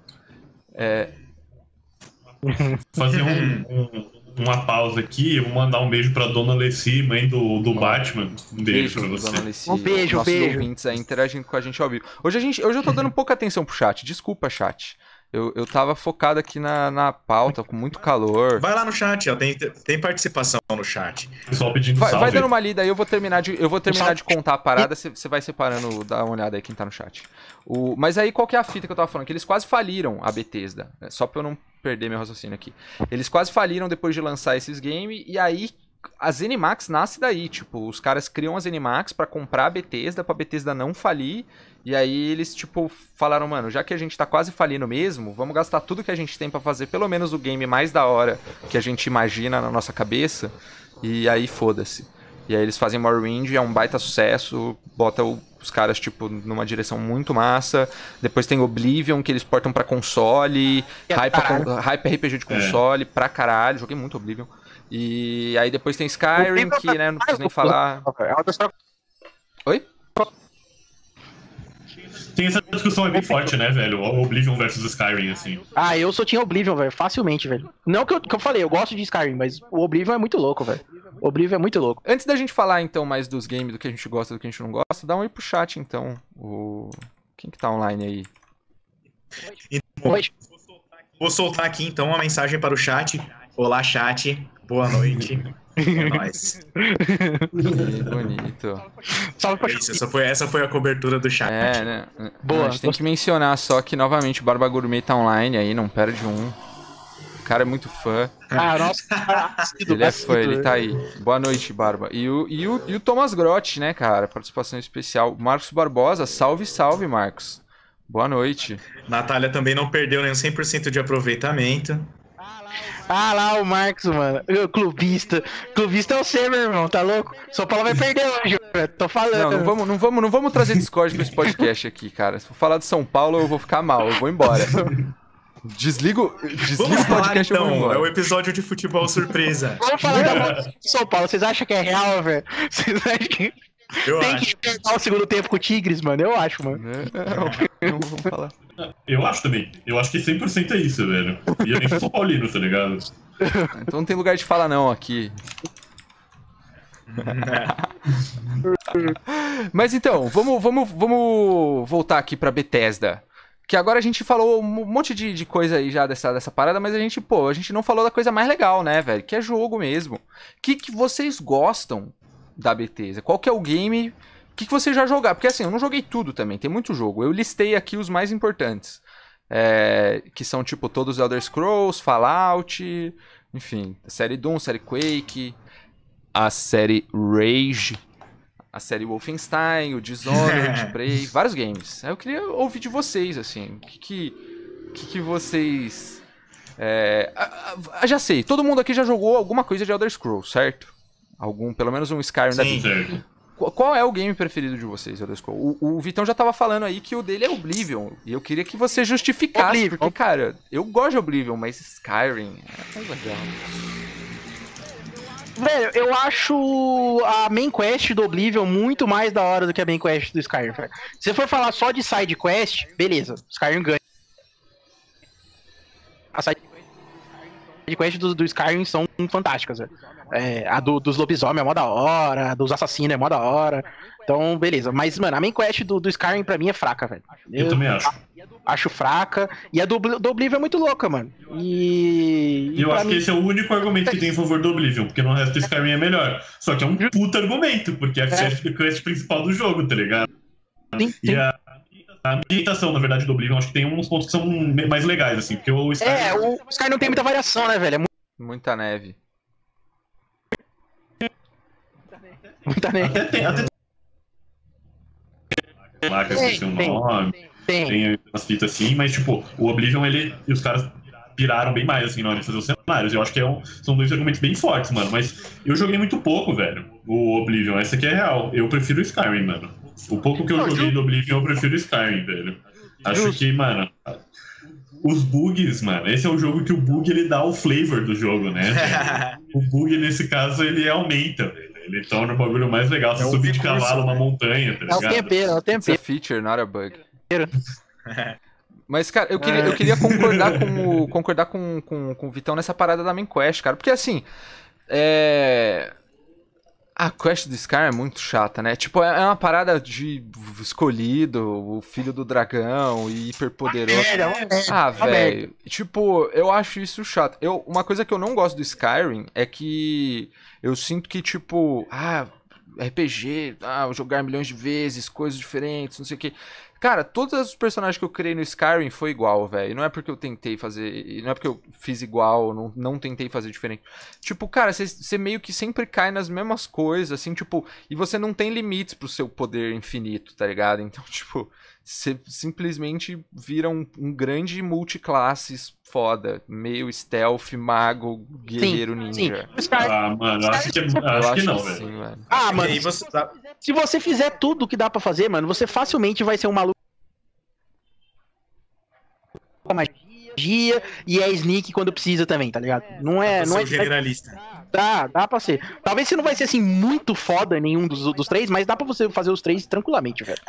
Fazer uma pausa aqui, eu vou mandar um beijo pra Dona Leci, mãe do Batman. Um beijo pra você. Dona Leci. Nossos ouvintes aí interagindo com a gente ao vivo. Hoje eu tô dando pouca atenção pro chat. Desculpa, chat. Eu tava focado aqui na pauta, com muito calor. Vai lá no chat, ó, tem participação no chat. Pessoal pedindo salve. Vai dando uma lida aí, eu vou terminar de contar a parada, você vai separando, dá uma olhada aí quem tá no chat. Mas aí qual que é a fita que eu tava falando? Que eles quase faliram a Bethesda, né? Só pra eu não perder meu raciocínio aqui. Eles quase faliram depois de lançar esses games, e aí a ZeniMax nasce daí, tipo, os caras criam a ZeniMax pra comprar a Bethesda, pra Bethesda não falir. E aí eles, tipo, falaram, mano, já que a gente tá quase falindo mesmo, vamos gastar tudo que a gente tem pra fazer pelo menos o game mais da hora que a gente imagina na nossa cabeça, e aí foda-se. E aí eles fazem Morrowind, é um baita sucesso, bota os caras, tipo, numa direção muito massa. Depois tem Oblivion, que eles portam pra console, hype RPG de console, pra caralho, joguei muito Oblivion. E aí depois tem Skyrim, que, né, não preciso nem falar... Oi? Tem essa discussão aí bem forte, né, velho? Oblivion versus Skyrim, assim. Eu só tinha Oblivion, velho, facilmente, velho. Não que eu falei, eu gosto de Skyrim, mas o Oblivion é muito louco, velho. O Oblivion é muito louco. Antes da gente falar, então, mais dos games, do que a gente gosta, do que a gente não gosta, dá um oi pro chat, então. Quem que tá online aí? Vou soltar aqui, então, uma mensagem para o chat. Olá, chat. Boa noite. É nóis. Que bonito. Essa foi a cobertura do chat. Né? Boa. A gente tem que mencionar só que, novamente, o Barba Gourmet tá online aí, não perde um. O cara é muito fã. Nossa. Ele é fã, ele tá aí. Boa noite, Barba. E o Thomas Grotti, né, cara? Participação especial. Marcos Barbosa, salve, salve, Marcos. Boa noite. Natália também não perdeu nem 100% de aproveitamento. Lá o Marcos, mano. Clubista. Clubista é você, meu irmão, tá louco? São Paulo vai perder hoje, velho. Tô falando. Não vamos trazer Discord pra esse podcast aqui, cara. Se for falar de São Paulo, eu vou ficar mal, eu vou embora. Desliga o podcast, então, eu vou embora. É o episódio de futebol surpresa. Vamos falar da São Paulo. Vocês acham que é real, velho? Vocês acham que... Tem que enfrentar o segundo tempo com o Tigres, mano? Eu acho, mano. Não vamos falar. Eu acho também. Eu acho que 100% é isso, velho. E eu nem sou São Paulino, tá ligado? Então não tem lugar de falar não aqui. Mas então, vamos voltar aqui pra Bethesda. Que agora a gente falou um monte de coisa aí já dessa parada, mas a gente não falou da coisa mais legal, né, velho? Que é jogo mesmo. O que vocês gostam da Bethesda? Qual que é o game... O que vocês já jogaram? Porque assim, eu não joguei tudo também, tem muito jogo. Eu listei aqui os mais importantes. Que são tipo todos os Elder Scrolls, Fallout, enfim, a série Doom, a série Quake, a série Rage, a série Wolfenstein, o Dishonored, Prey, vários games. Eu queria ouvir de vocês, assim, o que vocês... já sei, todo mundo aqui já jogou alguma coisa de Elder Scrolls, certo? Pelo menos um Skyrim da vida. Qual é o game preferido de vocês, Elder Scrolls? O Vitão já tava falando aí que o dele é Oblivion. E eu queria que você justificasse, porque, cara, eu gosto de Oblivion, mas Skyrim é mais legal. Velho, eu acho a main quest do Oblivion muito mais da hora do que a main quest do Skyrim, velho. Se você for falar só de side quest, beleza, Skyrim ganha. A side quest do Skyrim são quests do Skyrim são fantásticas, velho. A dos lobisomens é mó da hora, a dos assassinos é mó da hora. Então, beleza. Mas, mano, a main quest do Skyrim pra mim é fraca, velho. Eu também acho. Acho fraca. E a do Oblivion é muito louca, mano. Eu acho que esse é o único argumento que tem em favor do Oblivion, porque no resto do Skyrim é melhor. Só que é um puta argumento, porque é a quest principal do jogo, tá ligado? Sim. E a ambientação, na verdade, do Oblivion, acho que tem uns pontos que são mais legais, assim, porque o Skyrim... o Skyrim não tem muita variação, né, velho? Muita neve. Muita neve. Até lá que eu esqueci o nome. Tem umas fitas assim, mas tipo, o Oblivion, e os caras piraram bem mais assim na hora de fazer os cenários. Eu acho que são dois argumentos bem fortes, mano. Mas eu joguei muito pouco, velho, o Oblivion. Essa aqui é real. Eu prefiro o Skyrim, mano. O pouco que eu joguei do Oblivion, eu prefiro o Skyrim, velho. Acho que, mano, os bugs, mano, esse é o jogo que o bug ele dá o flavor do jogo, né? O bug, nesse caso, ele aumenta, velho. Ele torna o bagulho mais legal. Você subir de cavalo uma montanha, tá ligado? É o tempero, é o tempero. It's a feature, not a bug. Mas, cara, eu queria concordar com o Vitão nessa parada da main quest, cara. Porque, assim, a quest do Skyrim é muito chata, né? Tipo, é uma parada de escolhido, o filho do dragão e hiperpoderoso. Velho. Tipo, eu acho isso chato. Uma coisa que eu não gosto do Skyrim é que eu sinto que, tipo, RPG, jogar milhões de vezes, coisas diferentes, não sei o que. Cara, todos os personagens que eu criei no Skyrim foi igual, velho. Não é porque eu tentei fazer... Não é porque eu fiz igual, não tentei fazer diferente. Tipo, cara, você meio que sempre cai nas mesmas coisas, assim, tipo... E você não tem limites pro seu poder infinito, tá ligado? Então, tipo... Você simplesmente vira um grande multiclasses foda. Meio stealth, mago, guerreiro, ninja. Sim. Mano, acho que não, velho. Sim, mano. Mano, se você fizer tudo que dá pra fazer, mano, você facilmente vai ser um maluco com magia e é sneak quando precisa também, tá ligado? Não é generalista. Dá pra ser. Talvez você não vai ser assim muito foda em nenhum dos três, mas dá pra você fazer os três tranquilamente, velho.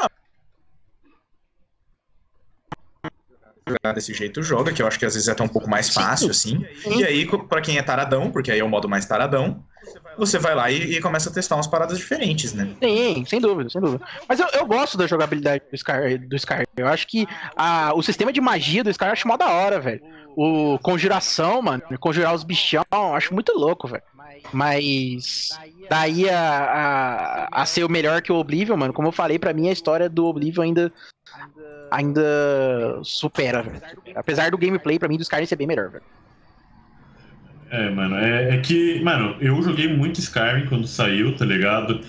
Jogar desse jeito joga, que eu acho que às vezes é até um pouco mais fácil, assim. E aí, pra quem é taradão, porque aí é o modo mais taradão, você vai lá e começa a testar umas paradas diferentes, né? Sim, sem dúvida, sem dúvida. Mas eu gosto da jogabilidade do Skyrim. Eu acho que o sistema de magia do Skyrim eu acho mó da hora, velho. O conjuração, mano, conjurar os bichão, eu acho muito louco, velho. Mas daí a ser o melhor que o Oblivion, mano, como eu falei, pra mim a história do Oblivion ainda supera, velho. Apesar do gameplay, pra mim, do Skyrim ser bem melhor, velho. Mano, é que, mano, eu joguei muito Skyrim quando saiu, tá ligado?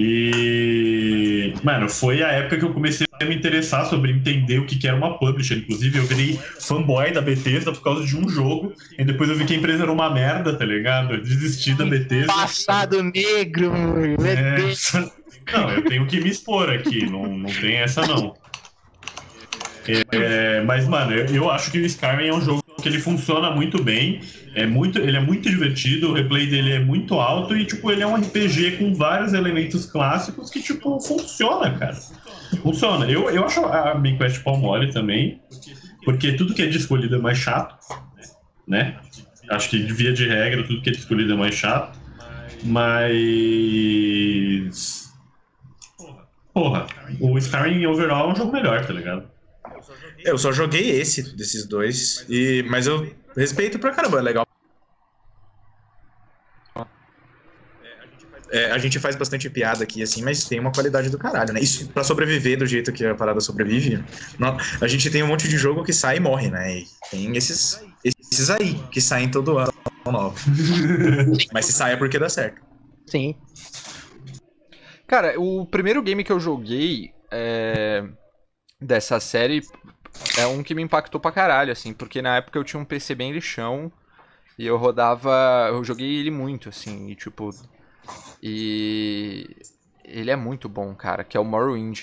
E, mano, foi a época que eu comecei a me interessar sobre entender o que era uma publisher. Inclusive, eu virei fanboy da Bethesda por causa de um jogo, e depois eu vi que a empresa era uma merda, tá ligado? Eu desisti da Bethesda. Passado negro, meu Deus. Não, eu tenho que me expor aqui, não tem essa não. Mas, mano, eu acho que o Skyrim é um jogo que ele funciona muito bem, ele é muito divertido, o replay dele é muito alto e, tipo, ele é um RPG com vários elementos clássicos que, tipo, funciona, cara. Funciona. Eu acho a main quest pau mole também, porque tudo que é de escolhido é mais chato, né? Acho que, via de regra, tudo que é de escolhido é mais chato, mas... Porra, o Skyrim overall é um jogo melhor, tá ligado? Eu só joguei desses dois, mas eu respeito pra caramba, é legal. A gente faz bastante piada aqui, assim, mas tem uma qualidade do caralho, né? Isso, pra sobreviver do jeito que a parada sobrevive, a gente tem um monte de jogo que sai e morre, né? E tem esses aí, que saem todo ano novo. Mas se sai é porque dá certo. Sim. Cara, o primeiro game que eu joguei dessa série é um que me impactou pra caralho, assim, porque na época eu tinha um PC bem lixão e eu joguei ele muito, assim, e tipo, e ele é muito bom, cara, que é o Morrowind.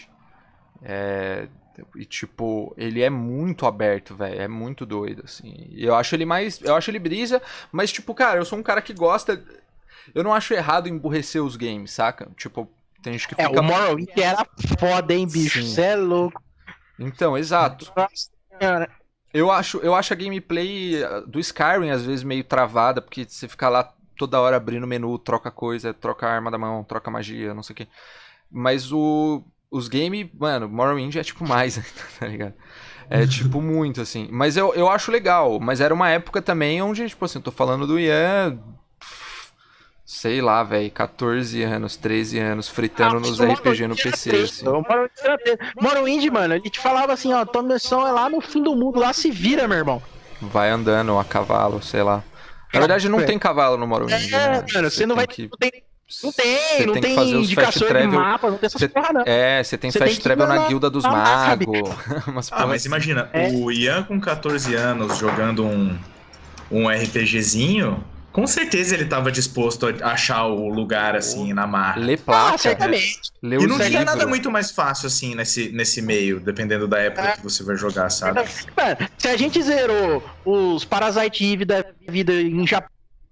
E tipo, ele é muito aberto, velho, é muito doido, assim. Eu acho ele brisa, mas tipo, cara, eu sou um cara que gosta, eu não acho errado emburrecer os games, saca? Tipo, tem gente que fica... o Morrowind era foda, hein, bicho, você é louco. Então, exato. Nossa, cara. Eu acho a gameplay do Skyrim às vezes meio travada, porque você fica lá toda hora abrindo o menu, troca coisa, troca a arma da mão, troca magia, não sei o que. Mas os games, mano, Morrowind é tipo mais, tá ligado? É tipo muito, assim. Mas eu acho legal, mas era uma época também onde, tipo assim, eu tô falando do Ian... Sei lá, velho, 14 anos, 13 anos, fritando nos RPG no PC, assim. Morrowind, mano, ele te falava assim, ó, tua missão é lá no fim do mundo, lá se vira, meu irmão. Vai andando a cavalo, sei lá. Na verdade, não tem cavalo no Morrowind, né? Mano, você não vai... Que... Não tem fazer os indicação fast travel, de mapa, não tem essas porra, não. Você tem fast travel na guilda dos magos. Mas imagina, o Ian com 14 anos jogando um RPGzinho... Com certeza ele estava disposto a achar o lugar, assim, na marra. Ler placa. Certamente. Ler e os não tinha livros. nada muito mais fácil, assim, nesse meio, dependendo da época que você vai jogar, sabe? Mano, se a gente zerou os Parasite Eve da vida em Japão,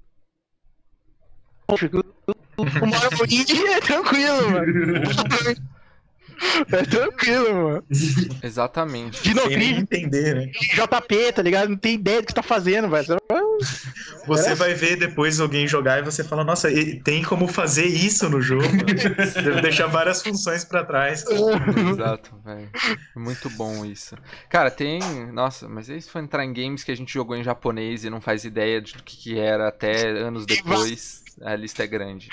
o Morrowind é tranquilo, mano. É tranquilo, mano. Exatamente. Sem nem entender, né? JP, tá ligado? Não tem ideia do que você tá fazendo, velho. Você vai ver depois alguém jogar e você fala, nossa, tem como fazer isso no jogo? Deve deixar várias funções pra trás. Exato, velho. Muito bom isso. Cara, tem... Nossa, mas isso foi entrar em games que a gente jogou em japonês e não faz ideia do que era até anos depois. A lista é grande.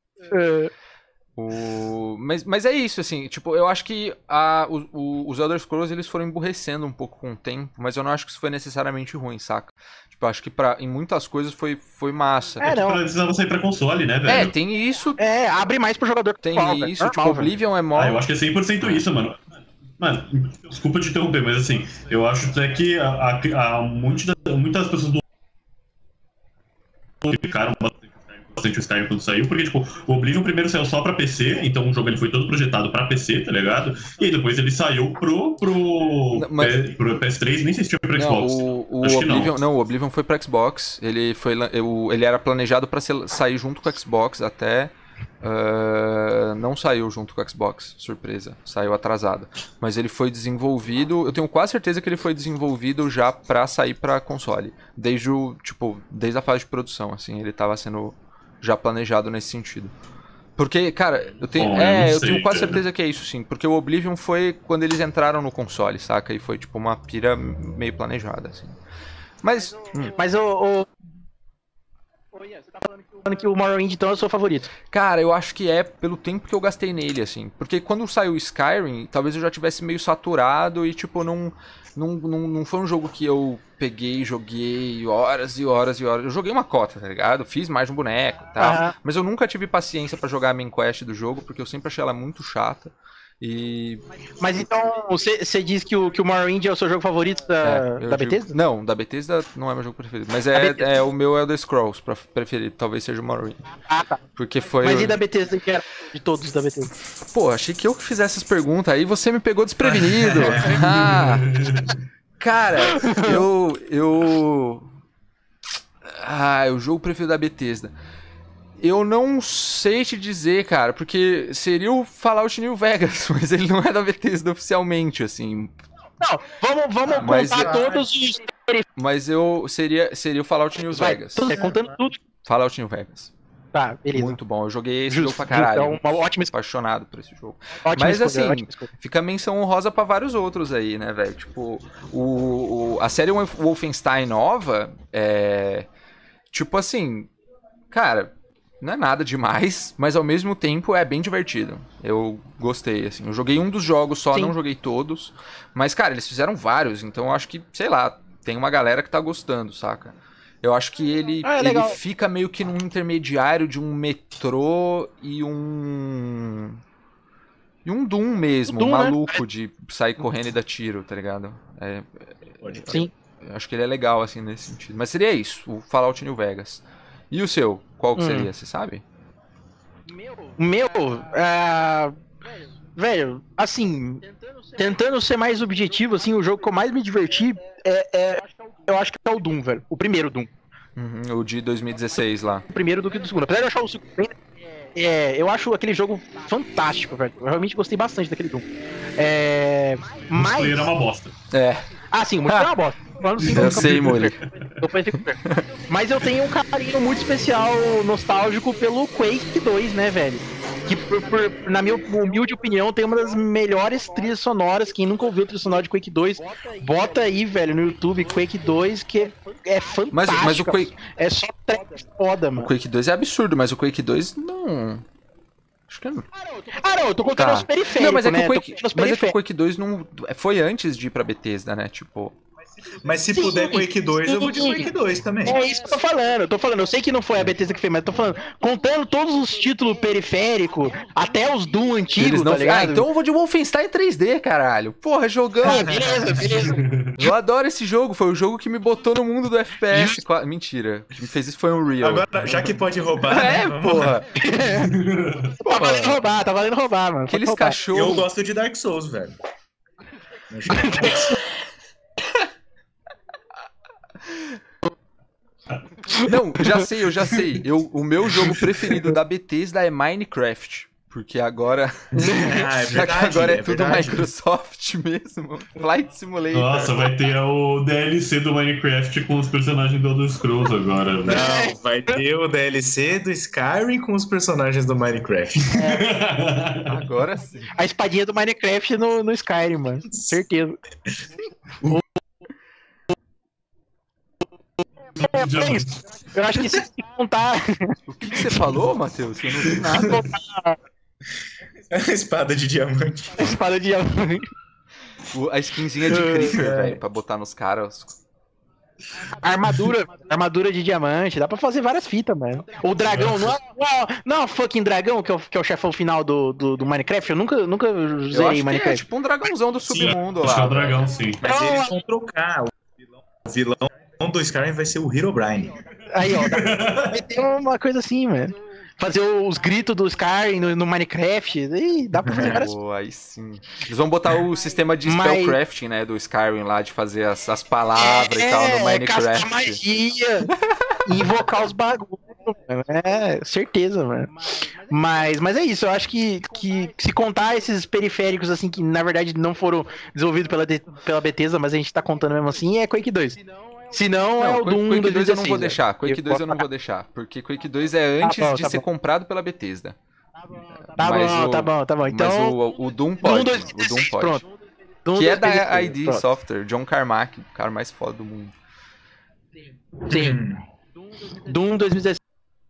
Mas é isso, assim, tipo, eu acho que os Elder Scrolls eles foram emburrecendo um pouco com o tempo, mas eu não acho que isso foi necessariamente ruim, saca? Tipo, eu acho que em muitas coisas foi massa. Não. Precisava sair pra console, né, velho? Tem isso. abre mais pro jogador que tem qual, isso, velho. tipo, Oblivion é mó... eu acho que é 100% isso, mano. Mano, desculpa te interromper, mas assim, eu acho até que muitas pessoas do ficaram bastante o Skyrim quando saiu, porque, tipo, o Oblivion primeiro saiu só pra PC, então o jogo ele foi todo projetado pra PC, tá ligado? E aí depois ele saiu pro PS3, nem sei se tinha pro Xbox. O Oblivion foi pra Xbox, ele era planejado pra sair junto com o Xbox até... não saiu junto com o Xbox, surpresa, saiu atrasado. Mas ele foi desenvolvido, eu tenho quase certeza que ele foi desenvolvido já pra sair pra console. Desde a fase de produção, assim, ele tava sendo já planejado nesse sentido. Porque, cara, eu tenho quase certeza que é isso, sim. Porque o Oblivion foi quando eles entraram no console, saca? E foi tipo uma pira meio planejada, assim. Mas você tá falando que o Morrowind então é o seu favorito? Cara, eu acho que é pelo tempo que eu gastei nele, assim. Porque quando saiu o Skyrim, talvez eu já tivesse meio saturado e, tipo, não foi um jogo que eu peguei e joguei horas e horas e horas. Eu joguei uma cota, tá ligado? Fiz mais um boneco e tal. Mas eu nunca tive paciência pra jogar a main quest do jogo, porque eu sempre achei ela muito chata. Mas então, você diz que o Morrowind é o seu jogo favorito da Bethesda? Não, da Bethesda não é meu jogo preferido. Mas o meu Elder Scrolls preferido. Talvez seja o Morrowind. Tá. Porque foi... Mas e da Bethesda, que era de todos da Bethesda? Pô, achei que eu fizesse essas perguntas. Aí você me pegou desprevenido. Cara, o jogo preferido da Bethesda... Eu não sei te dizer, cara, porque seria o Fallout New Vegas, mas ele não é da Bethesda oficialmente, assim. Não, vamos contar todos os... Mas seria o Fallout New Vegas. Contando tudo. Fallout New Vegas. Tá, beleza. Muito bom, eu joguei esse jogo pra caralho. É uma ótima apaixonado por esse jogo. Mas assim, fica menção honrosa pra vários outros aí, né, velho? Tipo, a série Wolfenstein nova tipo assim, cara... Não é nada demais, mas ao mesmo tempo é bem divertido. Eu gostei, assim. Eu joguei um dos jogos só, não joguei todos. Mas, cara, eles fizeram vários, então eu acho que, sei lá, tem uma galera que tá gostando, saca? Eu acho que ele fica meio que num intermediário de um Metrô e um Doom mesmo, Doom, maluco, de sair correndo e dar tiro, tá ligado? Sim. Eu acho que ele é legal, assim, nesse sentido. Mas seria isso, o Fallout New Vegas. E o seu? Qual que seria, você sabe? O meu, velho, assim, tentando ser mais objetivo, assim, o jogo que eu mais me diverti eu acho que é o Doom, velho. O primeiro Doom. O de 2016 lá. O primeiro do que do segundo. Apesar de eu achar o segundo bem... eu acho aquele jogo fantástico, velho. Eu realmente gostei bastante daquele Doom. O multiplayer é uma bosta. Sim, o multiplayer é uma bosta. falando sim. Eu sei, Mori. Mas eu tenho um carinho muito especial, nostálgico, pelo Quake 2, né, velho? Que, na minha humilde opinião, tem uma das melhores trilhas sonoras. Quem nunca ouviu a trilha sonora de Quake 2, bota aí, velho, no YouTube, Quake 2, que é fantástico. Mas o Quake... É só track foda, mano. O Quake 2 é absurdo, mas o Quake 2 não... Acho que não. Não, eu tô contando os periféricos, não, mas é que né? O Quake 2 não... Foi antes de ir pra Bethesda, né? Tipo... Mas se puder Quake 2, eu vou de Quake 2 também. É isso que eu tô falando. Eu sei que não foi a Bethesda que fez, mas eu tô falando. Contando todos os títulos periféricos, até os Doom antigos, tá ligado? Então eu vou de Wolfenstein 3D, caralho. Porra, jogão. Beleza. Eu adoro esse jogo. Foi o jogo que me botou no mundo do FPS. Mentira. O que me fez isso foi um Unreal. Agora, já que pode roubar... porra. Tá valendo roubar, mano. Aqueles cachorros... Eu gosto de Dark Souls, velho. Não, eu já sei. O meu jogo preferido da Bethesda é Minecraft. Porque agora. Já que agora é tudo verdade. Microsoft mesmo. Flight Simulator. Nossa, vai ter o DLC do Minecraft com os personagens do Elder Scrolls agora. Não, vai ter o DLC do Skyrim com os personagens do Minecraft. Agora sim. A espadinha do Minecraft no Skyrim, mano. Certeza. Eu acho que se contar. O que você falou, Matheus? Eu não vi nada. A espada de diamante. A espada de diamante. A skinzinha de Creeper, velho, pra botar nos caras. Armadura de diamante. Dá pra fazer várias fitas, mano. O dragão, não, fucking dragão, que é o chefão final do Minecraft. Eu nunca usei Minecraft. É tipo um dragãozão do submundo lá. É um dragão, sim. Mas eles vão trocar. O vilão do Skyrim vai ser o Herobrine. Aí, ó, vai ter uma coisa assim, mano. Fazer os gritos do Skyrim no Minecraft. Aí dá pra fazer várias coisas. Aí sim. Eles vão botar o sistema de spellcrafting, né, do Skyrim lá, de fazer as palavras e tal no Minecraft. Castar magia, invocar os bagulhos. Certeza, mano. Mas é isso, eu acho que se contar esses periféricos, assim, que na verdade não foram desenvolvidos pela Bethesda, mas a gente tá contando mesmo assim, é Quake 2. Se não, é o Doom Quake 2 eu não vou 2016, deixar. Quake 2 eu não vou deixar. Porque Quake 2 é antes de ser comprado pela Bethesda. Tá bom. Então, mas o Doom pode. Doom 2016, o Doom pode. pronto. Doom Que é 2016, da ID pronto. Software, John Carmack, o cara mais foda do mundo. Sim. Doom 2016.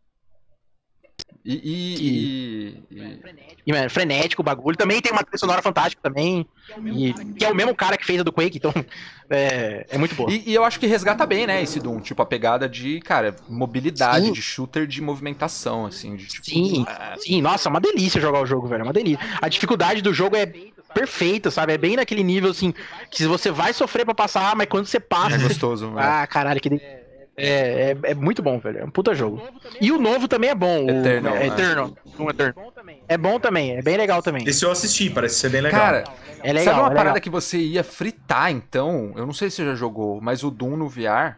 E mano, frenético o bagulho. Também tem uma trilha sonora fantástica também. Que é o mesmo cara que fez a do Quake, então é muito boa. E eu acho que resgata bem, né, esse Doom. Tipo, a pegada de, cara, mobilidade, Sim. de shooter de movimentação, assim. De, tipo, Sim, nossa, é uma delícia jogar o jogo, velho. É uma delícia. A dificuldade do jogo é perfeita, sabe? É bem naquele nível, assim, que você vai sofrer pra passar, mas quando você passa... É gostoso, você... Ah, caralho, que... É muito bom, velho. É um puta jogo. E o novo também é bom. Eternal. Eternal. É bom também. É bem legal também. Esse eu assisti, parece ser bem legal. Cara, é legal, sabe uma parada legal. que você ia fritar, então? Eu não sei se você já jogou, mas o Doom no VR...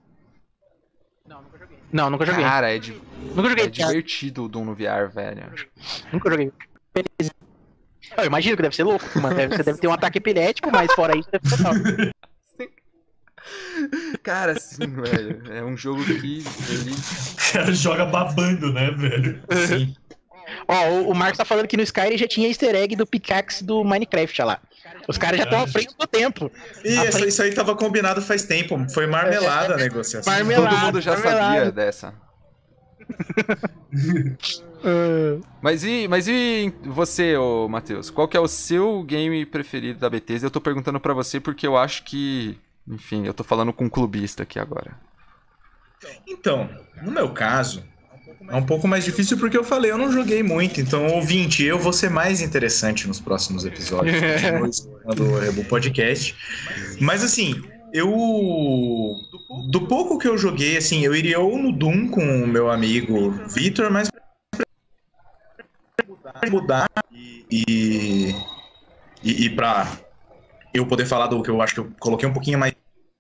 Não, nunca joguei. Cara, nunca joguei. É divertido o Doom no VR, velho. Nunca joguei. Eu imagino que deve ser louco, mano. Você deve ter um ataque epilético, mas fora isso deve ser legal. Cara, sim, velho. É um jogo que ele... O cara joga babando, né, velho? Sim. Ó, o Marcos tá falando que no Skyrim já tinha easter egg do pickaxe do Minecraft, olha lá. Os caras já estão à frente do tempo. Isso aí tava combinado faz tempo. Foi marmelada a negociação. Todo mundo já sabia dessa. Mas e você, ô Matheus? Qual que é o seu game preferido da Bethesda? Eu tô perguntando pra você porque eu acho que... Enfim, eu tô falando com um clubista aqui agora. Então, no meu caso, é um pouco mais difícil porque eu falei, eu não joguei muito, então, ouvinte, eu vou ser mais interessante nos próximos episódios do Rebu Podcast. Mas, assim, do pouco que eu joguei, assim, eu iria ou no Doom com o meu amigo Vitor, mas pra mudar e pra eu poder falar do que eu acho que eu coloquei um pouquinho mais.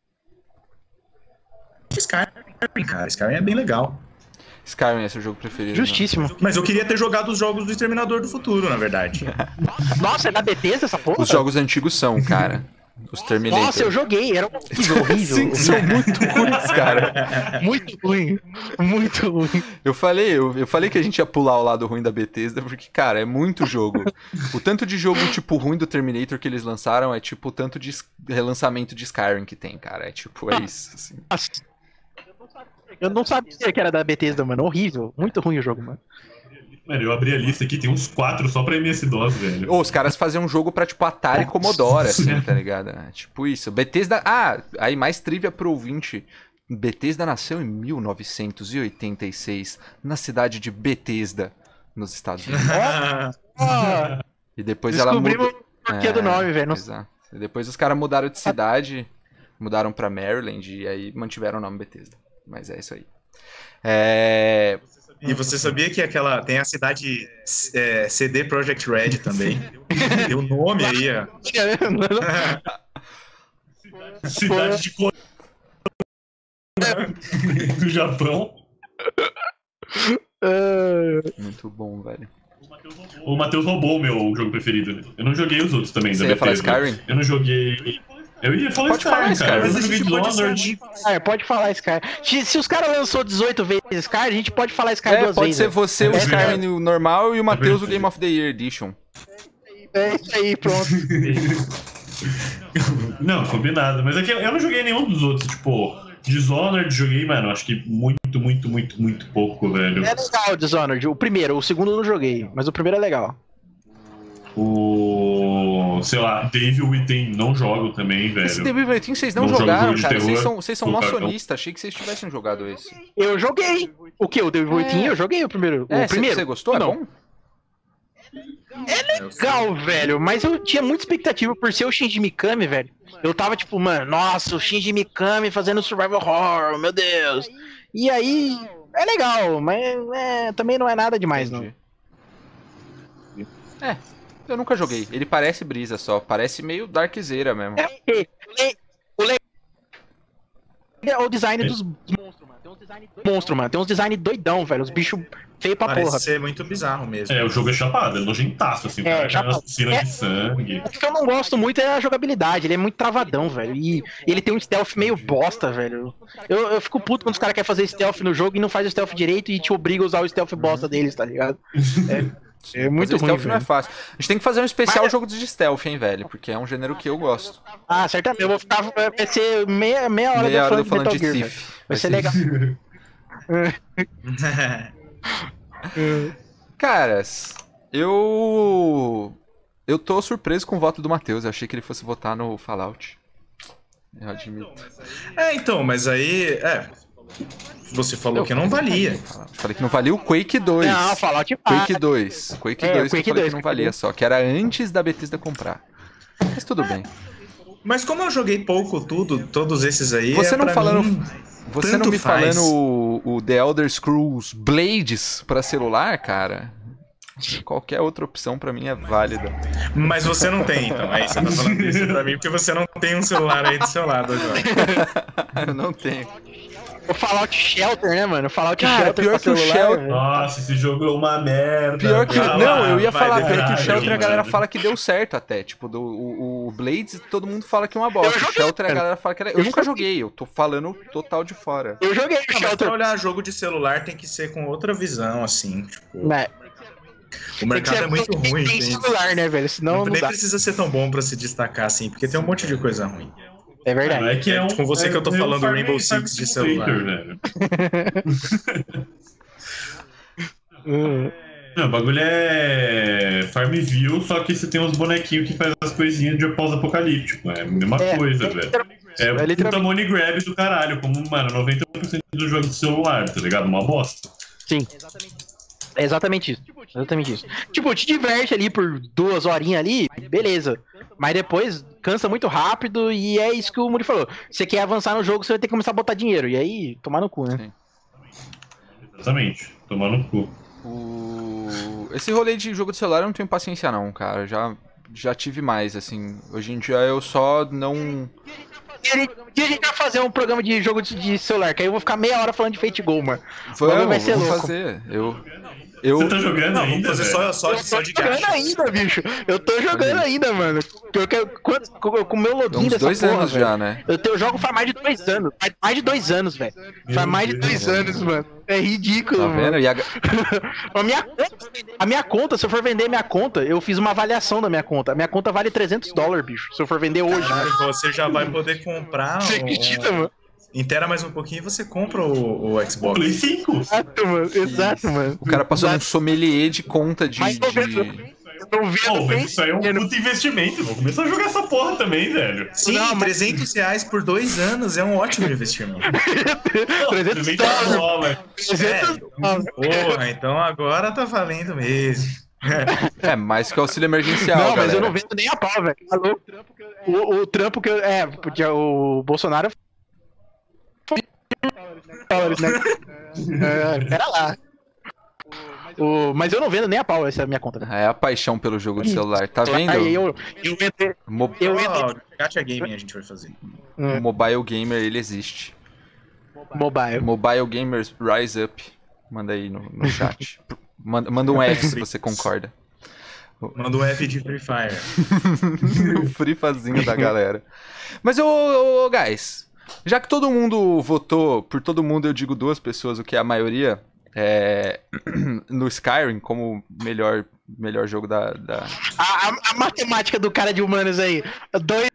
Skyrim, cara. Skyrim é bem legal. Skyrim é seu jogo preferido. Justíssimo. Né? Mas eu queria ter jogado os jogos do Exterminador do Futuro, na verdade. Nossa, é da Bethesda essa porra? Os jogos antigos são, cara. Os Terminator. Nossa, eu joguei, era horrível. Sim, são muito ruins, cara. Muito ruim, muito ruim. Eu falei que a gente ia pular o lado ruim da Bethesda, porque, cara, é muito jogo. O tanto de jogo, tipo, ruim do Terminator que eles lançaram é, tipo, o tanto de relançamento de Skyrim que tem, cara. É, tipo, é isso, assim. Eu não sabia que era da Bethesda, mano. Horrível. Muito ruim o jogo, mano. Mano, eu abri a lista aqui, tem uns 4 só pra MS-DOS, velho. Os caras faziam um jogo pra, tipo, Atari e Commodore, assim, tá ligado? Tipo isso. Bethesda... aí mais trivia pro ouvinte. Bethesda nasceu em 1986, na cidade de Bethesda, nos Estados Unidos. E depois ela mudou... Descobrimos o porquê do nome, velho. Exato. E depois os caras mudaram de cidade, mudaram pra Maryland, e aí mantiveram o nome Bethesda. Mas é isso aí. E você sabia que tem a cidade CD Projekt Red também? Tem o nome aí, ó. Cidade de do Japão. Muito bom, velho. O Matheus roubou o meu jogo preferido. Eu não joguei os outros também. Você ia falar Skyrim? Eu não joguei... Eu ia falar Skyrim, cara. Mas eu joguei Dishonored. Pode falar Skyrim. Se os caras lançou 18 vezes Skyrim, a gente pode falar Skyrim 2 vezes. Pode ser você o Skyrim normal e o Matheus o Game of the Year Edition. É isso aí, pronto. Não, combinado. Mas é que eu não joguei nenhum dos outros. Tipo, Dishonored joguei, mano, acho que muito pouco, velho. É legal o Dishonored. O primeiro, o segundo eu não joguei, mas o primeiro é legal. Sei lá, Devil Within não jogo também, velho. Esse Devil Within vocês não jogaram, cara. Vocês são maçonistas. Achei que vocês tivessem jogado esse. Eu joguei. O que? O Devil Within? Eu joguei o primeiro. O primeiro. Você gostou? Não. É bom? É legal, velho. Mas eu tinha muita expectativa por ser o Shinji Mikami, velho. Eu tava tipo, mano, nossa, o Shinji Mikami fazendo survival horror, meu Deus. E aí, é legal, mas também não é nada demais, não. Eu nunca joguei. Ele parece brisa só. Parece meio Darkzera mesmo. O design dos monstros, mano. Tem uns design doidão, velho. Os bichos feios pra porra. Parece ser muito bizarro mesmo. O jogo é chapado, é nojentaço, assim. Uma piscina de sangue. O que eu não gosto muito é a jogabilidade. Ele é muito travadão, velho. E ele tem um stealth meio bosta, velho. Eu fico puto quando os caras querem fazer stealth no jogo e não faz o stealth direito e te obriga a usar o stealth bosta deles, tá ligado? É muito ruim, stealth velho. não é fácil. A gente tem que fazer um especial jogo de stealth, hein, velho? Porque é um gênero que eu gosto. Ah, certamente. Eu vou ficar... Vai ser meia hora falando de Metal Gear, vai ser legal. Caras, eu tô surpreso com o voto do Matheus. Eu achei que ele fosse votar no Fallout. Eu admito. Então, mas aí... Você falou que não valia. Falei que não valia o Quake 2. Não, Fallout Quake 2. Quake 2 que eu falei que não valia só. Que era antes da Bethesda comprar. Mas tudo bem. Mas como eu joguei pouco todos esses aí... Você não falando... Você não me faz. falando o The Elder Scrolls Blades pra celular, cara? Qualquer outra opção pra mim é válida. Mas você não tem, então. Aí você tá falando isso pra mim porque você não tem um celular aí do seu lado agora. Eu não tenho. O Fallout Shelter, né, mano? O Fallout Cara, Shelter pior que o Shelter... Nossa, esse jogo é uma merda. Pior que... Não, eu ia falar, pior que o Shelter mano. A galera fala que deu certo até. Tipo, o Blades, todo mundo fala que é uma bosta. O Shelter a galera fala que era... Eu nunca joguei, eu tô falando total de fora. Eu joguei o Mas Shelter. pra olhar jogo de celular tem que ser com outra visão, assim, tipo... O mercado é muito ruim. Tem celular, né, velho? Senão não nem dá. precisa ser tão bom pra se destacar, assim, porque tem um monte de coisa ruim. É verdade. É que com você que eu tô falando Rainbow Six de celular. Velho. Não, o bagulho é Farmville, só que você tem uns bonequinhos que faz as coisinhas de pós-apocalíptico. É a mesma coisa, velho. É puta money grab do caralho, como, mano, 90% do jogo de celular, tá ligado? Uma bosta. Sim. É exatamente isso. Exatamente isso. Tipo, te diverte ali por 2 horinhas ali, beleza. Mas depois cansa muito rápido e é isso que o Muri falou. Você quer avançar no jogo, você vai ter que começar a botar dinheiro. E aí, tomar no cu, né? Sim. Exatamente. Tomar no cu. Esse rolê de jogo de celular eu não tenho paciência não, cara. Já tive mais, assim. Hoje em dia eu só não... E a gente vai fazer um programa de jogo de celular, que aí eu vou ficar meia hora falando de Fate Go, mano. Vamos vai ser vou louco. fazer. Você tá jogando ainda, fazer só de gacha. Eu tô jogando ainda, bicho. Eu tô jogando ainda, mano. Com o meu login uns 2 anos véio. já, né? Eu jogo faz mais de 2 anos. Faz mais de 2 anos, velho. Faz mais de 2 anos, mano. É ridículo, Tá mano. vendo? E A minha conta, se eu for vender minha conta, eu fiz uma avaliação da minha conta. A minha conta vale $300, bicho. Se eu for vender hoje. Caralho, você já vai poder comprar. Você acredita, mano? Inteira mais um pouquinho e você compra o Xbox. Play 5. Exato, mano. Exato, mano. O cara passou num sommelier de conta de... Mas tô vendo. Eu tô vendo. Mas isso aí é um puto investimento. Vou começar a jogar essa porra também, velho. Sim, Não, mas- R$300 por 2 anos é um ótimo investimento. $300. $300. Porra, então agora tá valendo mesmo. É, mais que auxílio emergencial, Não, mas galera. eu não vendo nem a pau, velho. Tá louco? O trampo que eu. É, porque o Bolsonaro. Pera lá. Mas eu não vendo nem a pau essa minha conta, velho. É a paixão pelo jogo de celular, tá vendo? Aí eu entrei. Mo- Eu entrei. Gacha Gaming a gente vai fazer. O Mobile Gamer, ele existe. Mobile. Mobile Gamers Rise Up. Manda aí no chat. Manda um F se você concorda. Manda um F de Free Fire. O frifazinho da galera. Mas, ô, guys, já que todo mundo votou, por todo mundo eu digo 2 pessoas, o que é a maioria, no Skyrim como melhor jogo da... A matemática do cara de humanos aí. 2.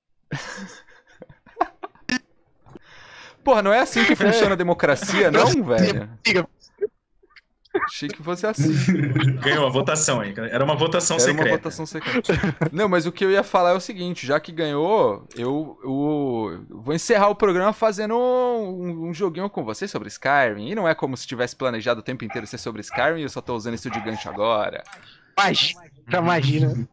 Porra, não é assim que funciona a democracia, não, velho? Achei que fosse assim. Ganhou a votação aí. Era uma votação Era secreta. uma votação secreta. Não, mas o que eu ia falar é o seguinte, já que ganhou, eu vou encerrar o programa fazendo um joguinho com vocês sobre Skyrim. E não é como se tivesse planejado o tempo inteiro ser sobre Skyrim e eu só tô usando isso de gancho agora. Já imagina.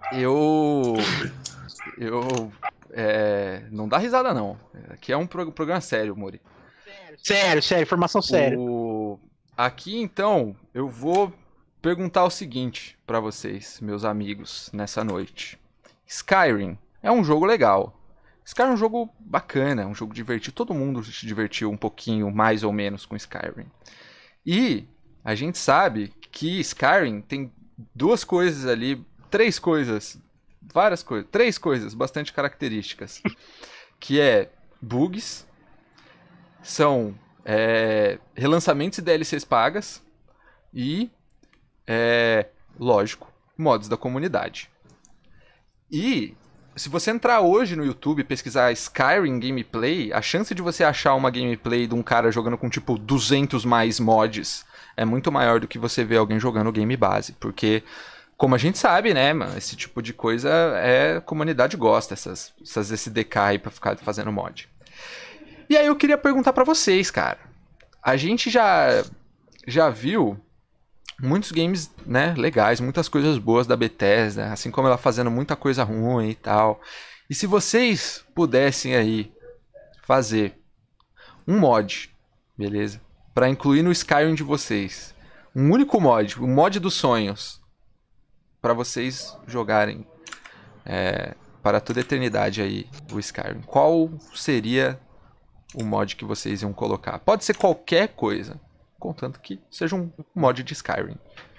Não dá risada, não. Aqui é um programa sério, Mori. Sério, informação séria. Aqui, então, eu vou perguntar o seguinte pra vocês, meus amigos, nessa noite. Skyrim é um jogo legal. Skyrim é um jogo bacana, é um jogo divertido. Todo mundo se divertiu um pouquinho, mais ou menos, com Skyrim. E a gente sabe que Skyrim tem 2 coisas ali, 3 coisas, várias coisas, 3 coisas bastante características. Que é bugs, são relançamentos e DLCs pagas e, lógico, mods da comunidade. E se você entrar hoje no YouTube e pesquisar Skyrim gameplay, a chance de você achar uma gameplay de um cara jogando com tipo 200 mais mods é muito maior do que você ver alguém jogando o game base, porque como a gente sabe, né, mano, esse tipo de coisa a comunidade gosta, essas SDK aí pra ficar fazendo mod. E aí eu queria perguntar pra vocês, cara. A gente já viu muitos games, né, legais, muitas coisas boas da Bethesda, assim como ela fazendo muita coisa ruim e tal. E se vocês pudessem aí fazer um mod, beleza? Pra incluir no Skyrim de vocês, um único mod, o mod dos sonhos, pra vocês jogarem para toda a eternidade aí o Skyrim. Qual seria o mod que vocês iam colocar? Pode ser qualquer coisa, contanto que seja um mod de Skyrim.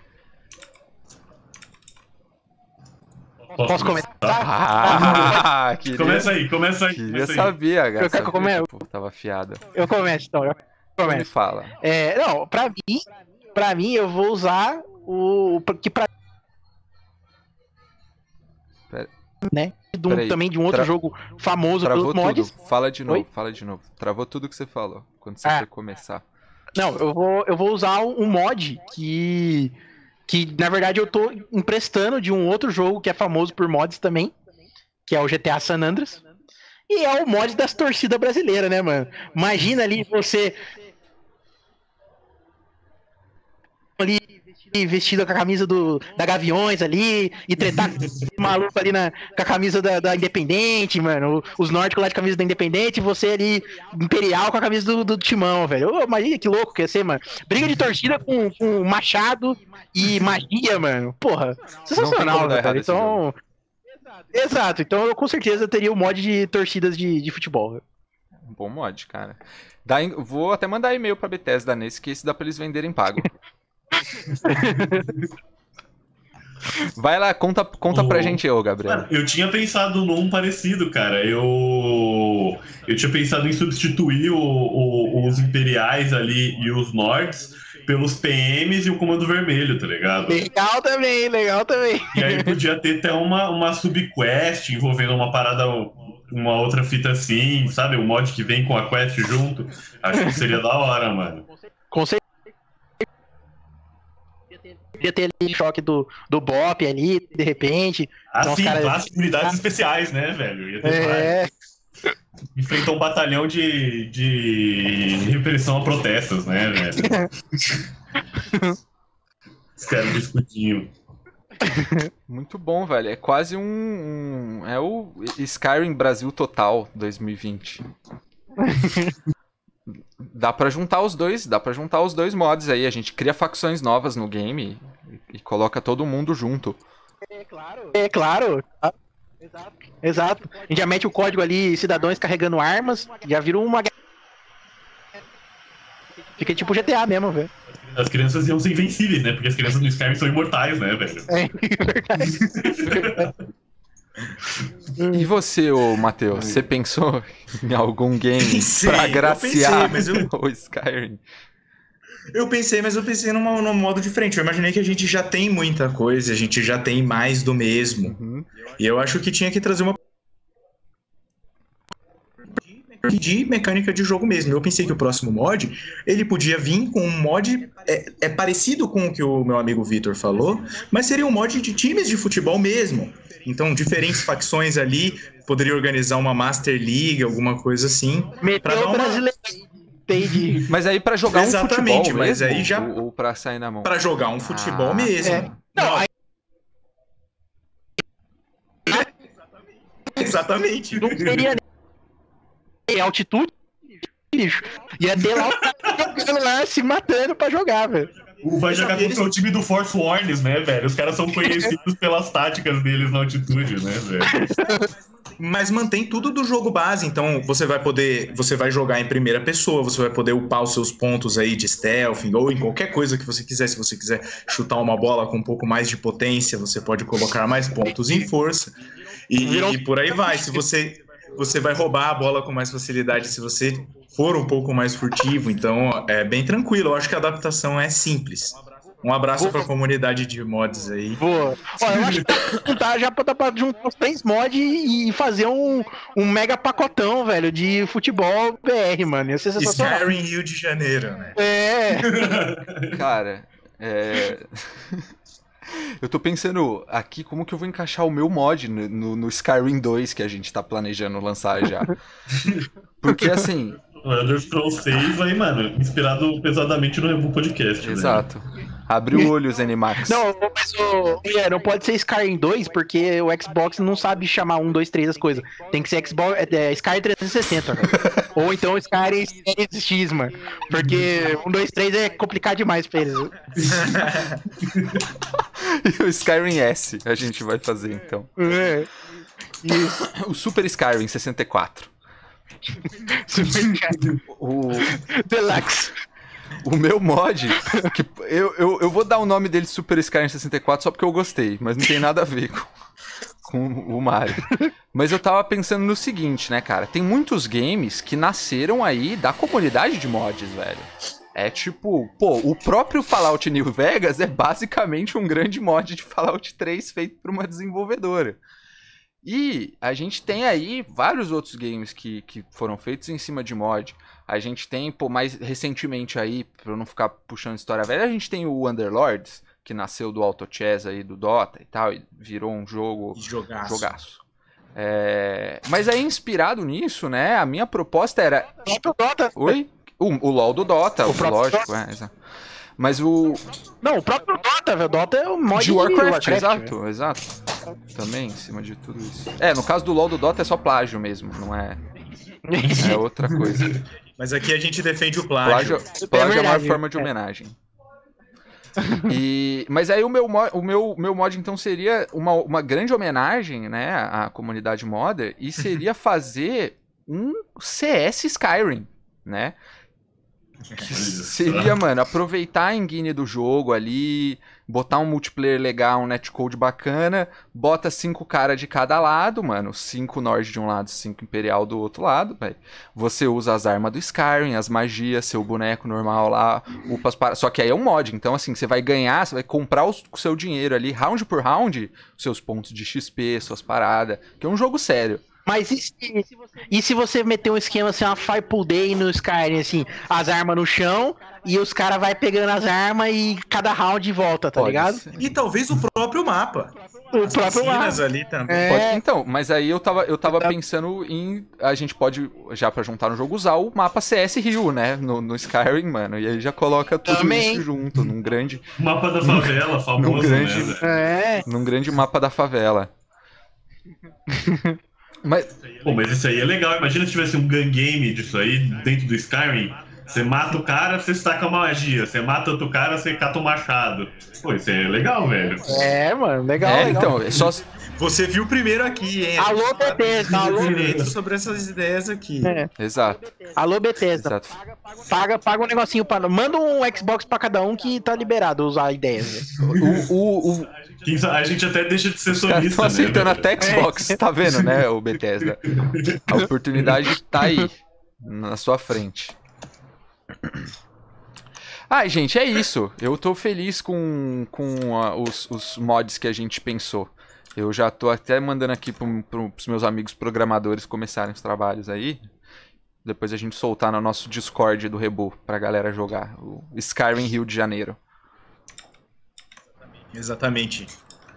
Posso comentar? Começa aí. Queria saber, Eu quero que eu comece. Pô, tava afiada. Eu começo, então. Me fala. Não, pra mim, eu vou usar o que pra né? Também de um outro jogo famoso pelos mods. Fala de novo, Oi? fala de novo. Travou tudo que você falou quando você foi começar. Não, eu vou usar um mod que na verdade eu tô emprestando de um outro jogo que é famoso por mods também, que é o GTA San Andreas. E é o mod das torcidas brasileiras, né, mano? Imagina ali você ali vestido com a camisa da Gaviões ali, e tretar com o maluco ali com a camisa da Independente, mano. Os nórdicos lá de camisa da Independente, e você ali, Imperial, com a camisa do Timão, velho. Imagina que louco que ia ser, mano. Briga de torcida com machado e magia, mano. Porra, sensacional, velho. Então. Exato, então eu com certeza teria o mod de torcidas de futebol. Um bom mod, cara. Vou até mandar e-mail pra Bethesda nesse, que esse dá pra eles venderem pago. Vai lá, conta pra gente, Gabriel. Mano, eu tinha pensado num parecido, cara. Eu tinha pensado em substituir os Imperiais ali e os Nords pelos PMs e o Comando Vermelho, tá ligado? Legal também. E aí podia ter até uma subquest envolvendo uma parada, uma outra fita assim, sabe? Um mod que vem com a quest junto. Acho que seria da hora, mano. Com certeza. Podia ter ali choque do Bop ali, de repente. Sim, várias unidades especiais, né, velho? Ia ter várias. Enfrentou um batalhão de repressão a protestos, né, velho? Os caras do escudinho. Muito bom, velho. É quase é o Skyrim Brasil Total 2020. Dá pra juntar os dois mods aí. A gente cria facções novas no game e coloca todo mundo junto. É claro. Exato. A gente já mete o código ali, cidadãos carregando armas, já vira uma... Fica tipo GTA mesmo, velho. As crianças iam ser invencíveis, né? Porque as crianças no Skyrim são imortais, né, velho? É verdade. E você, Matheus, você pensou em algum game pra agraciar o Skyrim? Eu pensei, mas eu pensei num modo diferente. Eu imaginei que a gente já tem muita coisa, a gente já tem mais do mesmo. Uhum. E eu acho que tinha que trazer uma de mecânica de jogo mesmo. Eu pensei que o próximo mod, ele podia vir com um mod parecido com o que o meu amigo Vitor falou, mas seria um mod de times de futebol mesmo. Então, diferentes facções ali, poderia organizar uma Master League, alguma coisa assim. Meteu o brasileiro. Entendi. Mas aí pra jogar um futebol mesmo? Mas aí já... ou pra sair na mão? Pra jogar um futebol mesmo. Não, aí... Exatamente. Não seria nem altitude, bicho. Ia ter lá o cara jogando lá, se matando pra jogar, velho. Vai jogar contra o time do Force Warners, né, velho? Os caras são conhecidos pelas táticas deles na altitude, né, velho? Mas mantém tudo do jogo base, então você vai jogar em primeira pessoa, você vai poder upar os seus pontos aí de stealth, ou em qualquer coisa que você quiser. Se você quiser chutar uma bola com um pouco mais de potência, você pode colocar mais pontos em força, e por aí vai. Se você vai roubar a bola com mais facilidade se você for um pouco mais furtivo, então é bem tranquilo. Eu acho que a adaptação é simples. Um abraço pra comunidade de mods aí. Boa. Ó, eu acho que já dá pra juntar os 3 mods e fazer um mega pacotão, velho, de futebol BR, mano. Ia ser sensacional. Skyrim Rio de Janeiro, né? Cara, eu tô pensando aqui como que eu vou encaixar o meu mod no Skyrim 2 que a gente tá planejando lançar já. Porque assim... O Elder Scrolls 6 aí, mano, inspirado pesadamente no Rebu Podcast. Exato. Né? Abre o olho, Zenimax. Não, mas não pode ser Skyrim 2, porque o Xbox não sabe chamar 1, 2, 3 as coisas. Tem que ser Xbox, Skyrim 360, velho. Ou então Skyrim X, mano. Porque 1, 2, 3 é complicado demais pra eles. E o Skyrim S a gente vai fazer, então. Isso. O Super Skyrim 64. O Deluxe. O meu mod, que eu vou dar o nome dele Super Skyrim 64 só porque eu gostei, mas não tem nada a ver com o Mario. Mas eu tava pensando no seguinte, né, cara? Tem muitos games que nasceram aí da comunidade de mods, velho. É tipo, o próprio Fallout New Vegas é basicamente um grande mod de Fallout 3 feito por uma desenvolvedora. E a gente tem aí vários outros games que foram feitos em cima de mod. A gente tem, mais recentemente aí, pra eu não ficar puxando história velha, a gente tem o Underlords, que nasceu do Auto Chess aí, do Dota e tal, e virou um jogaço. Mas aí, inspirado nisso, né, a minha proposta era... O Dota. Oi? O LoL do Dota, lógico, exato. Mas o... Não, o próprio Dota, velho. Dota é o mod de Warcraft, exato. Também, em cima de tudo isso. No caso do LoL do Dota é só plágio mesmo, não é... É outra coisa. Mas aqui a gente defende o plágio. Plágio é a maior forma de homenagem. Mas aí o meu mod, então, seria uma grande homenagem, né, à comunidade modder, e seria fazer um CS Skyrim, né? Seria, mano, aproveitar a engine do jogo ali, botar um multiplayer legal, um netcode bacana, bota 5 caras de cada lado, mano, 5 Nord de um lado, 5 Imperial do outro lado, velho. Você usa as armas do Skyrim, as magias, seu boneco normal lá, upa as paradas. Só que aí é um mod, então assim, você vai ganhar, você vai comprar o seu dinheiro ali, round por round, seus pontos de XP, suas paradas, que é um jogo sério. Mas e se você meter um esquema assim, uma Firepool Day no Skyrim, assim, as armas no chão e os caras vai pegando as armas e cada round volta, tá ligado? Ser. E talvez o próprio mapa. O próprio mapa ali também. Então, mas aí eu tava pensando em. A gente pode, já pra juntar no jogo, usar o mapa CS Rio, né? No Skyrim, mano. E aí já coloca tudo isso junto, num grande. Mapa da favela, famoso, num grande mapa da favela. Mas isso aí é legal. Imagina se tivesse um gun game disso aí dentro do Skyrim. Você mata o cara, você estaca uma magia. Você mata outro cara, você cata um machado. Pô, isso aí é legal, velho. Mano, legal. Então, é só... Você viu primeiro aqui, hein? Alô, Bethesda. Direito sobre essas ideias aqui. Exato. Alô, Bethesda. Exato. Paga um negocinho pra... Manda um Xbox pra cada um que tá liberado usar ideias. A gente até deixa de ser sonista, né? Estão aceitando até Xbox, tá vendo, né, o Bethesda? A oportunidade tá aí, na sua frente. Gente, é isso. Eu tô feliz com os mods que a gente pensou. Eu já tô até mandando aqui pros meus amigos programadores começarem os trabalhos aí. Depois a gente soltar no nosso Discord do Rebu pra galera jogar. O Skyrim Rio de Janeiro. Exatamente.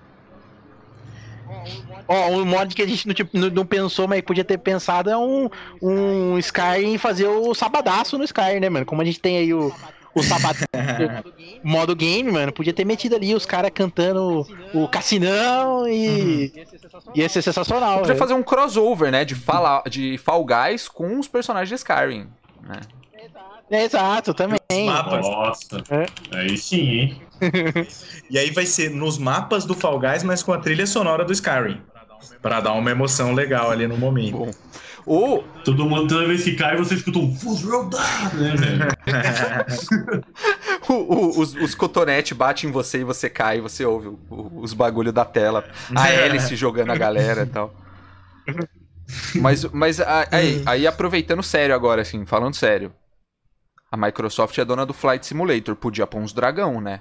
Um mod que a gente não pensou, mas podia ter pensado é um Skyrim fazer o sabadaço no Skyrim, né, mano? Como a gente tem aí o sabadaço modo game, mano, podia ter metido ali os caras cantando o Cassinão e ia ser sensacional. Podia fazer um crossover, né, de Fall Guys com os personagens de Skyrim, né? Exato, também. Nossa, aí sim, hein? E aí vai ser nos mapas do Fall Guys, mas com a trilha sonora do Skyrim. Pra dar uma emoção legal ali no momento. Todo mundo, toda vez que cai, você escuta um Fuzz Roll Down, né, velho? Os cotonetes batem em você e você cai, você ouve os bagulho da tela. A hélice jogando a galera e tal. Mas aí aproveitando sério agora, assim, falando sério. A Microsoft é dona do Flight Simulator. Podia pôr uns dragão, né?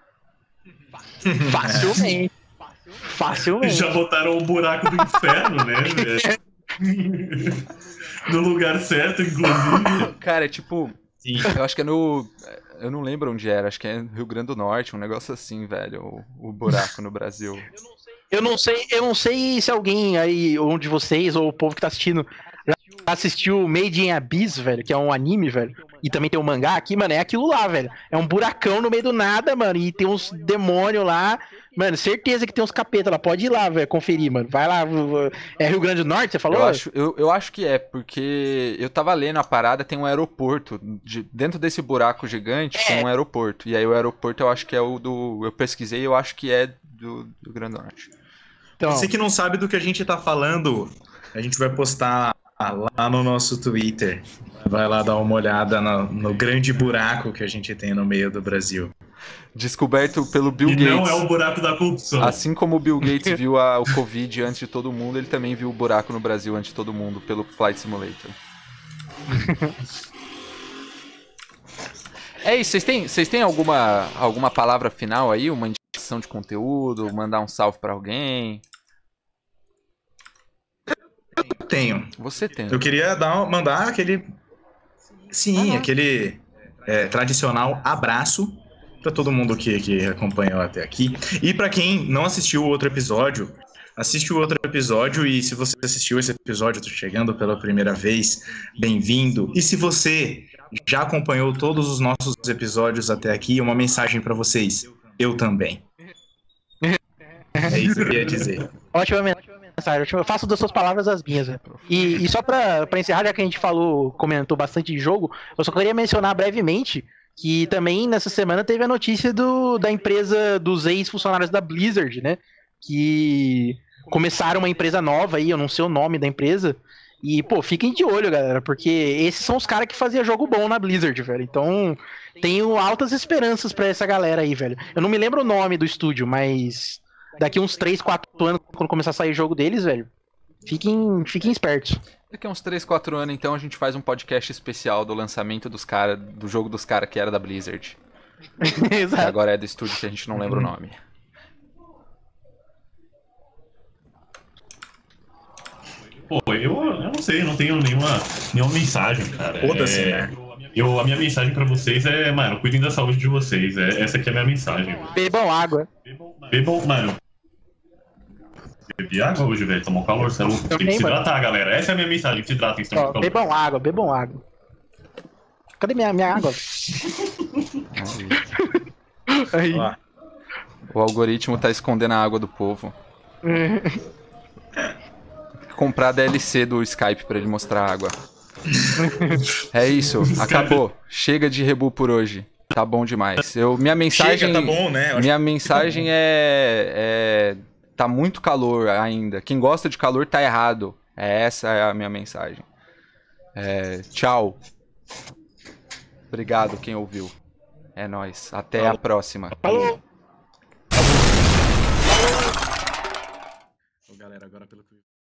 Facilmente. Já botaram o buraco do inferno, né, velho? No lugar certo, inclusive. Cara, é tipo... Sim. Eu acho que é no... Eu não lembro onde era. Acho que é no Rio Grande do Norte. Um negócio assim, velho. O buraco no Brasil. Eu não sei se alguém aí, um de vocês, ou o povo que tá assistindo... assistiu Made in Abyss, velho, que é um anime, velho, e também tem um mangá aqui, mano, é aquilo lá, velho, é um buracão no meio do nada, mano, e tem uns demônios lá, mano, certeza que tem uns capeta lá, pode ir lá, velho, conferir, mano, vai lá, é Rio Grande do Norte, você falou? Eu acho que é, porque eu tava lendo a parada, tem um aeroporto, dentro desse buraco gigante tem um aeroporto, e aí o aeroporto eu acho que é o do, eu pesquisei, eu acho que é do Rio Grande do Norte. Então, você que não sabe do que a gente tá falando, a gente vai postar lá no nosso Twitter. Vai lá dar uma olhada no grande buraco que a gente tem no meio do Brasil. Descoberto pelo Bill Gates. Não é o buraco da corrupção. Assim como o Bill Gates viu o Covid antes de todo mundo, ele também viu o buraco no Brasil antes de todo mundo pelo Flight Simulator. É isso, vocês têm alguma palavra final aí? Uma indicação de conteúdo? Mandar um salve pra alguém? Eu tenho. Você tem. Eu queria mandar aquele... Sim, aquele tradicional abraço para todo mundo que acompanhou até aqui. E para quem não assistiu o outro episódio, assiste o outro episódio. E se você assistiu esse episódio, tô chegando pela primeira vez, bem-vindo. E se você já acompanhou todos os nossos episódios até aqui, uma mensagem para vocês. Eu também. É isso que eu queria dizer. Ótima mensagem. Eu faço das suas palavras as minhas, né? E só pra encerrar, já que a gente comentou bastante de jogo, eu só queria mencionar brevemente que também nessa semana teve a notícia da empresa dos ex-funcionários da Blizzard, né? Que começaram uma empresa nova aí, eu não sei o nome da empresa, E, pô, fiquem de olho, galera, porque esses são os caras que faziam jogo bom na Blizzard, velho. Então, tenho altas esperanças pra essa galera aí, velho. Eu não me lembro o nome do estúdio, mas daqui uns 3, 4 anos, quando começar a sair jogo deles, velho, fiquem espertos. Daqui a uns 3, 4 anos, então, a gente faz um podcast especial do lançamento dos caras, do jogo dos caras que era da Blizzard. Exato. Que agora é do estúdio que a gente não lembra o nome. Pô, eu não sei, eu não tenho nenhuma mensagem, cara. Foda-se, né? A minha mensagem pra vocês é, mano, cuidem da saúde de vocês. Essa aqui é a minha mensagem. Bebam água. Bebam, mano. Bebi água hoje, velho. Tomou calor, você é louco. Tem que se hidratar, galera. Essa é a minha mensagem. Se hidratem, estão com calor. Bebam água. Cadê minha água? Aí. O algoritmo tá escondendo a água do povo. Comprar a DLC do Skype pra ele mostrar a água. É isso, acabou. Chega de rebu por hoje. Tá bom demais. Minha mensagem. Chega, tá bom, né? Minha mensagem tá muito calor ainda. Quem gosta de calor tá errado. Essa é a minha mensagem. Tchau. Obrigado quem ouviu. É nóis. Até a próxima. Falou. Galera, agora pelo que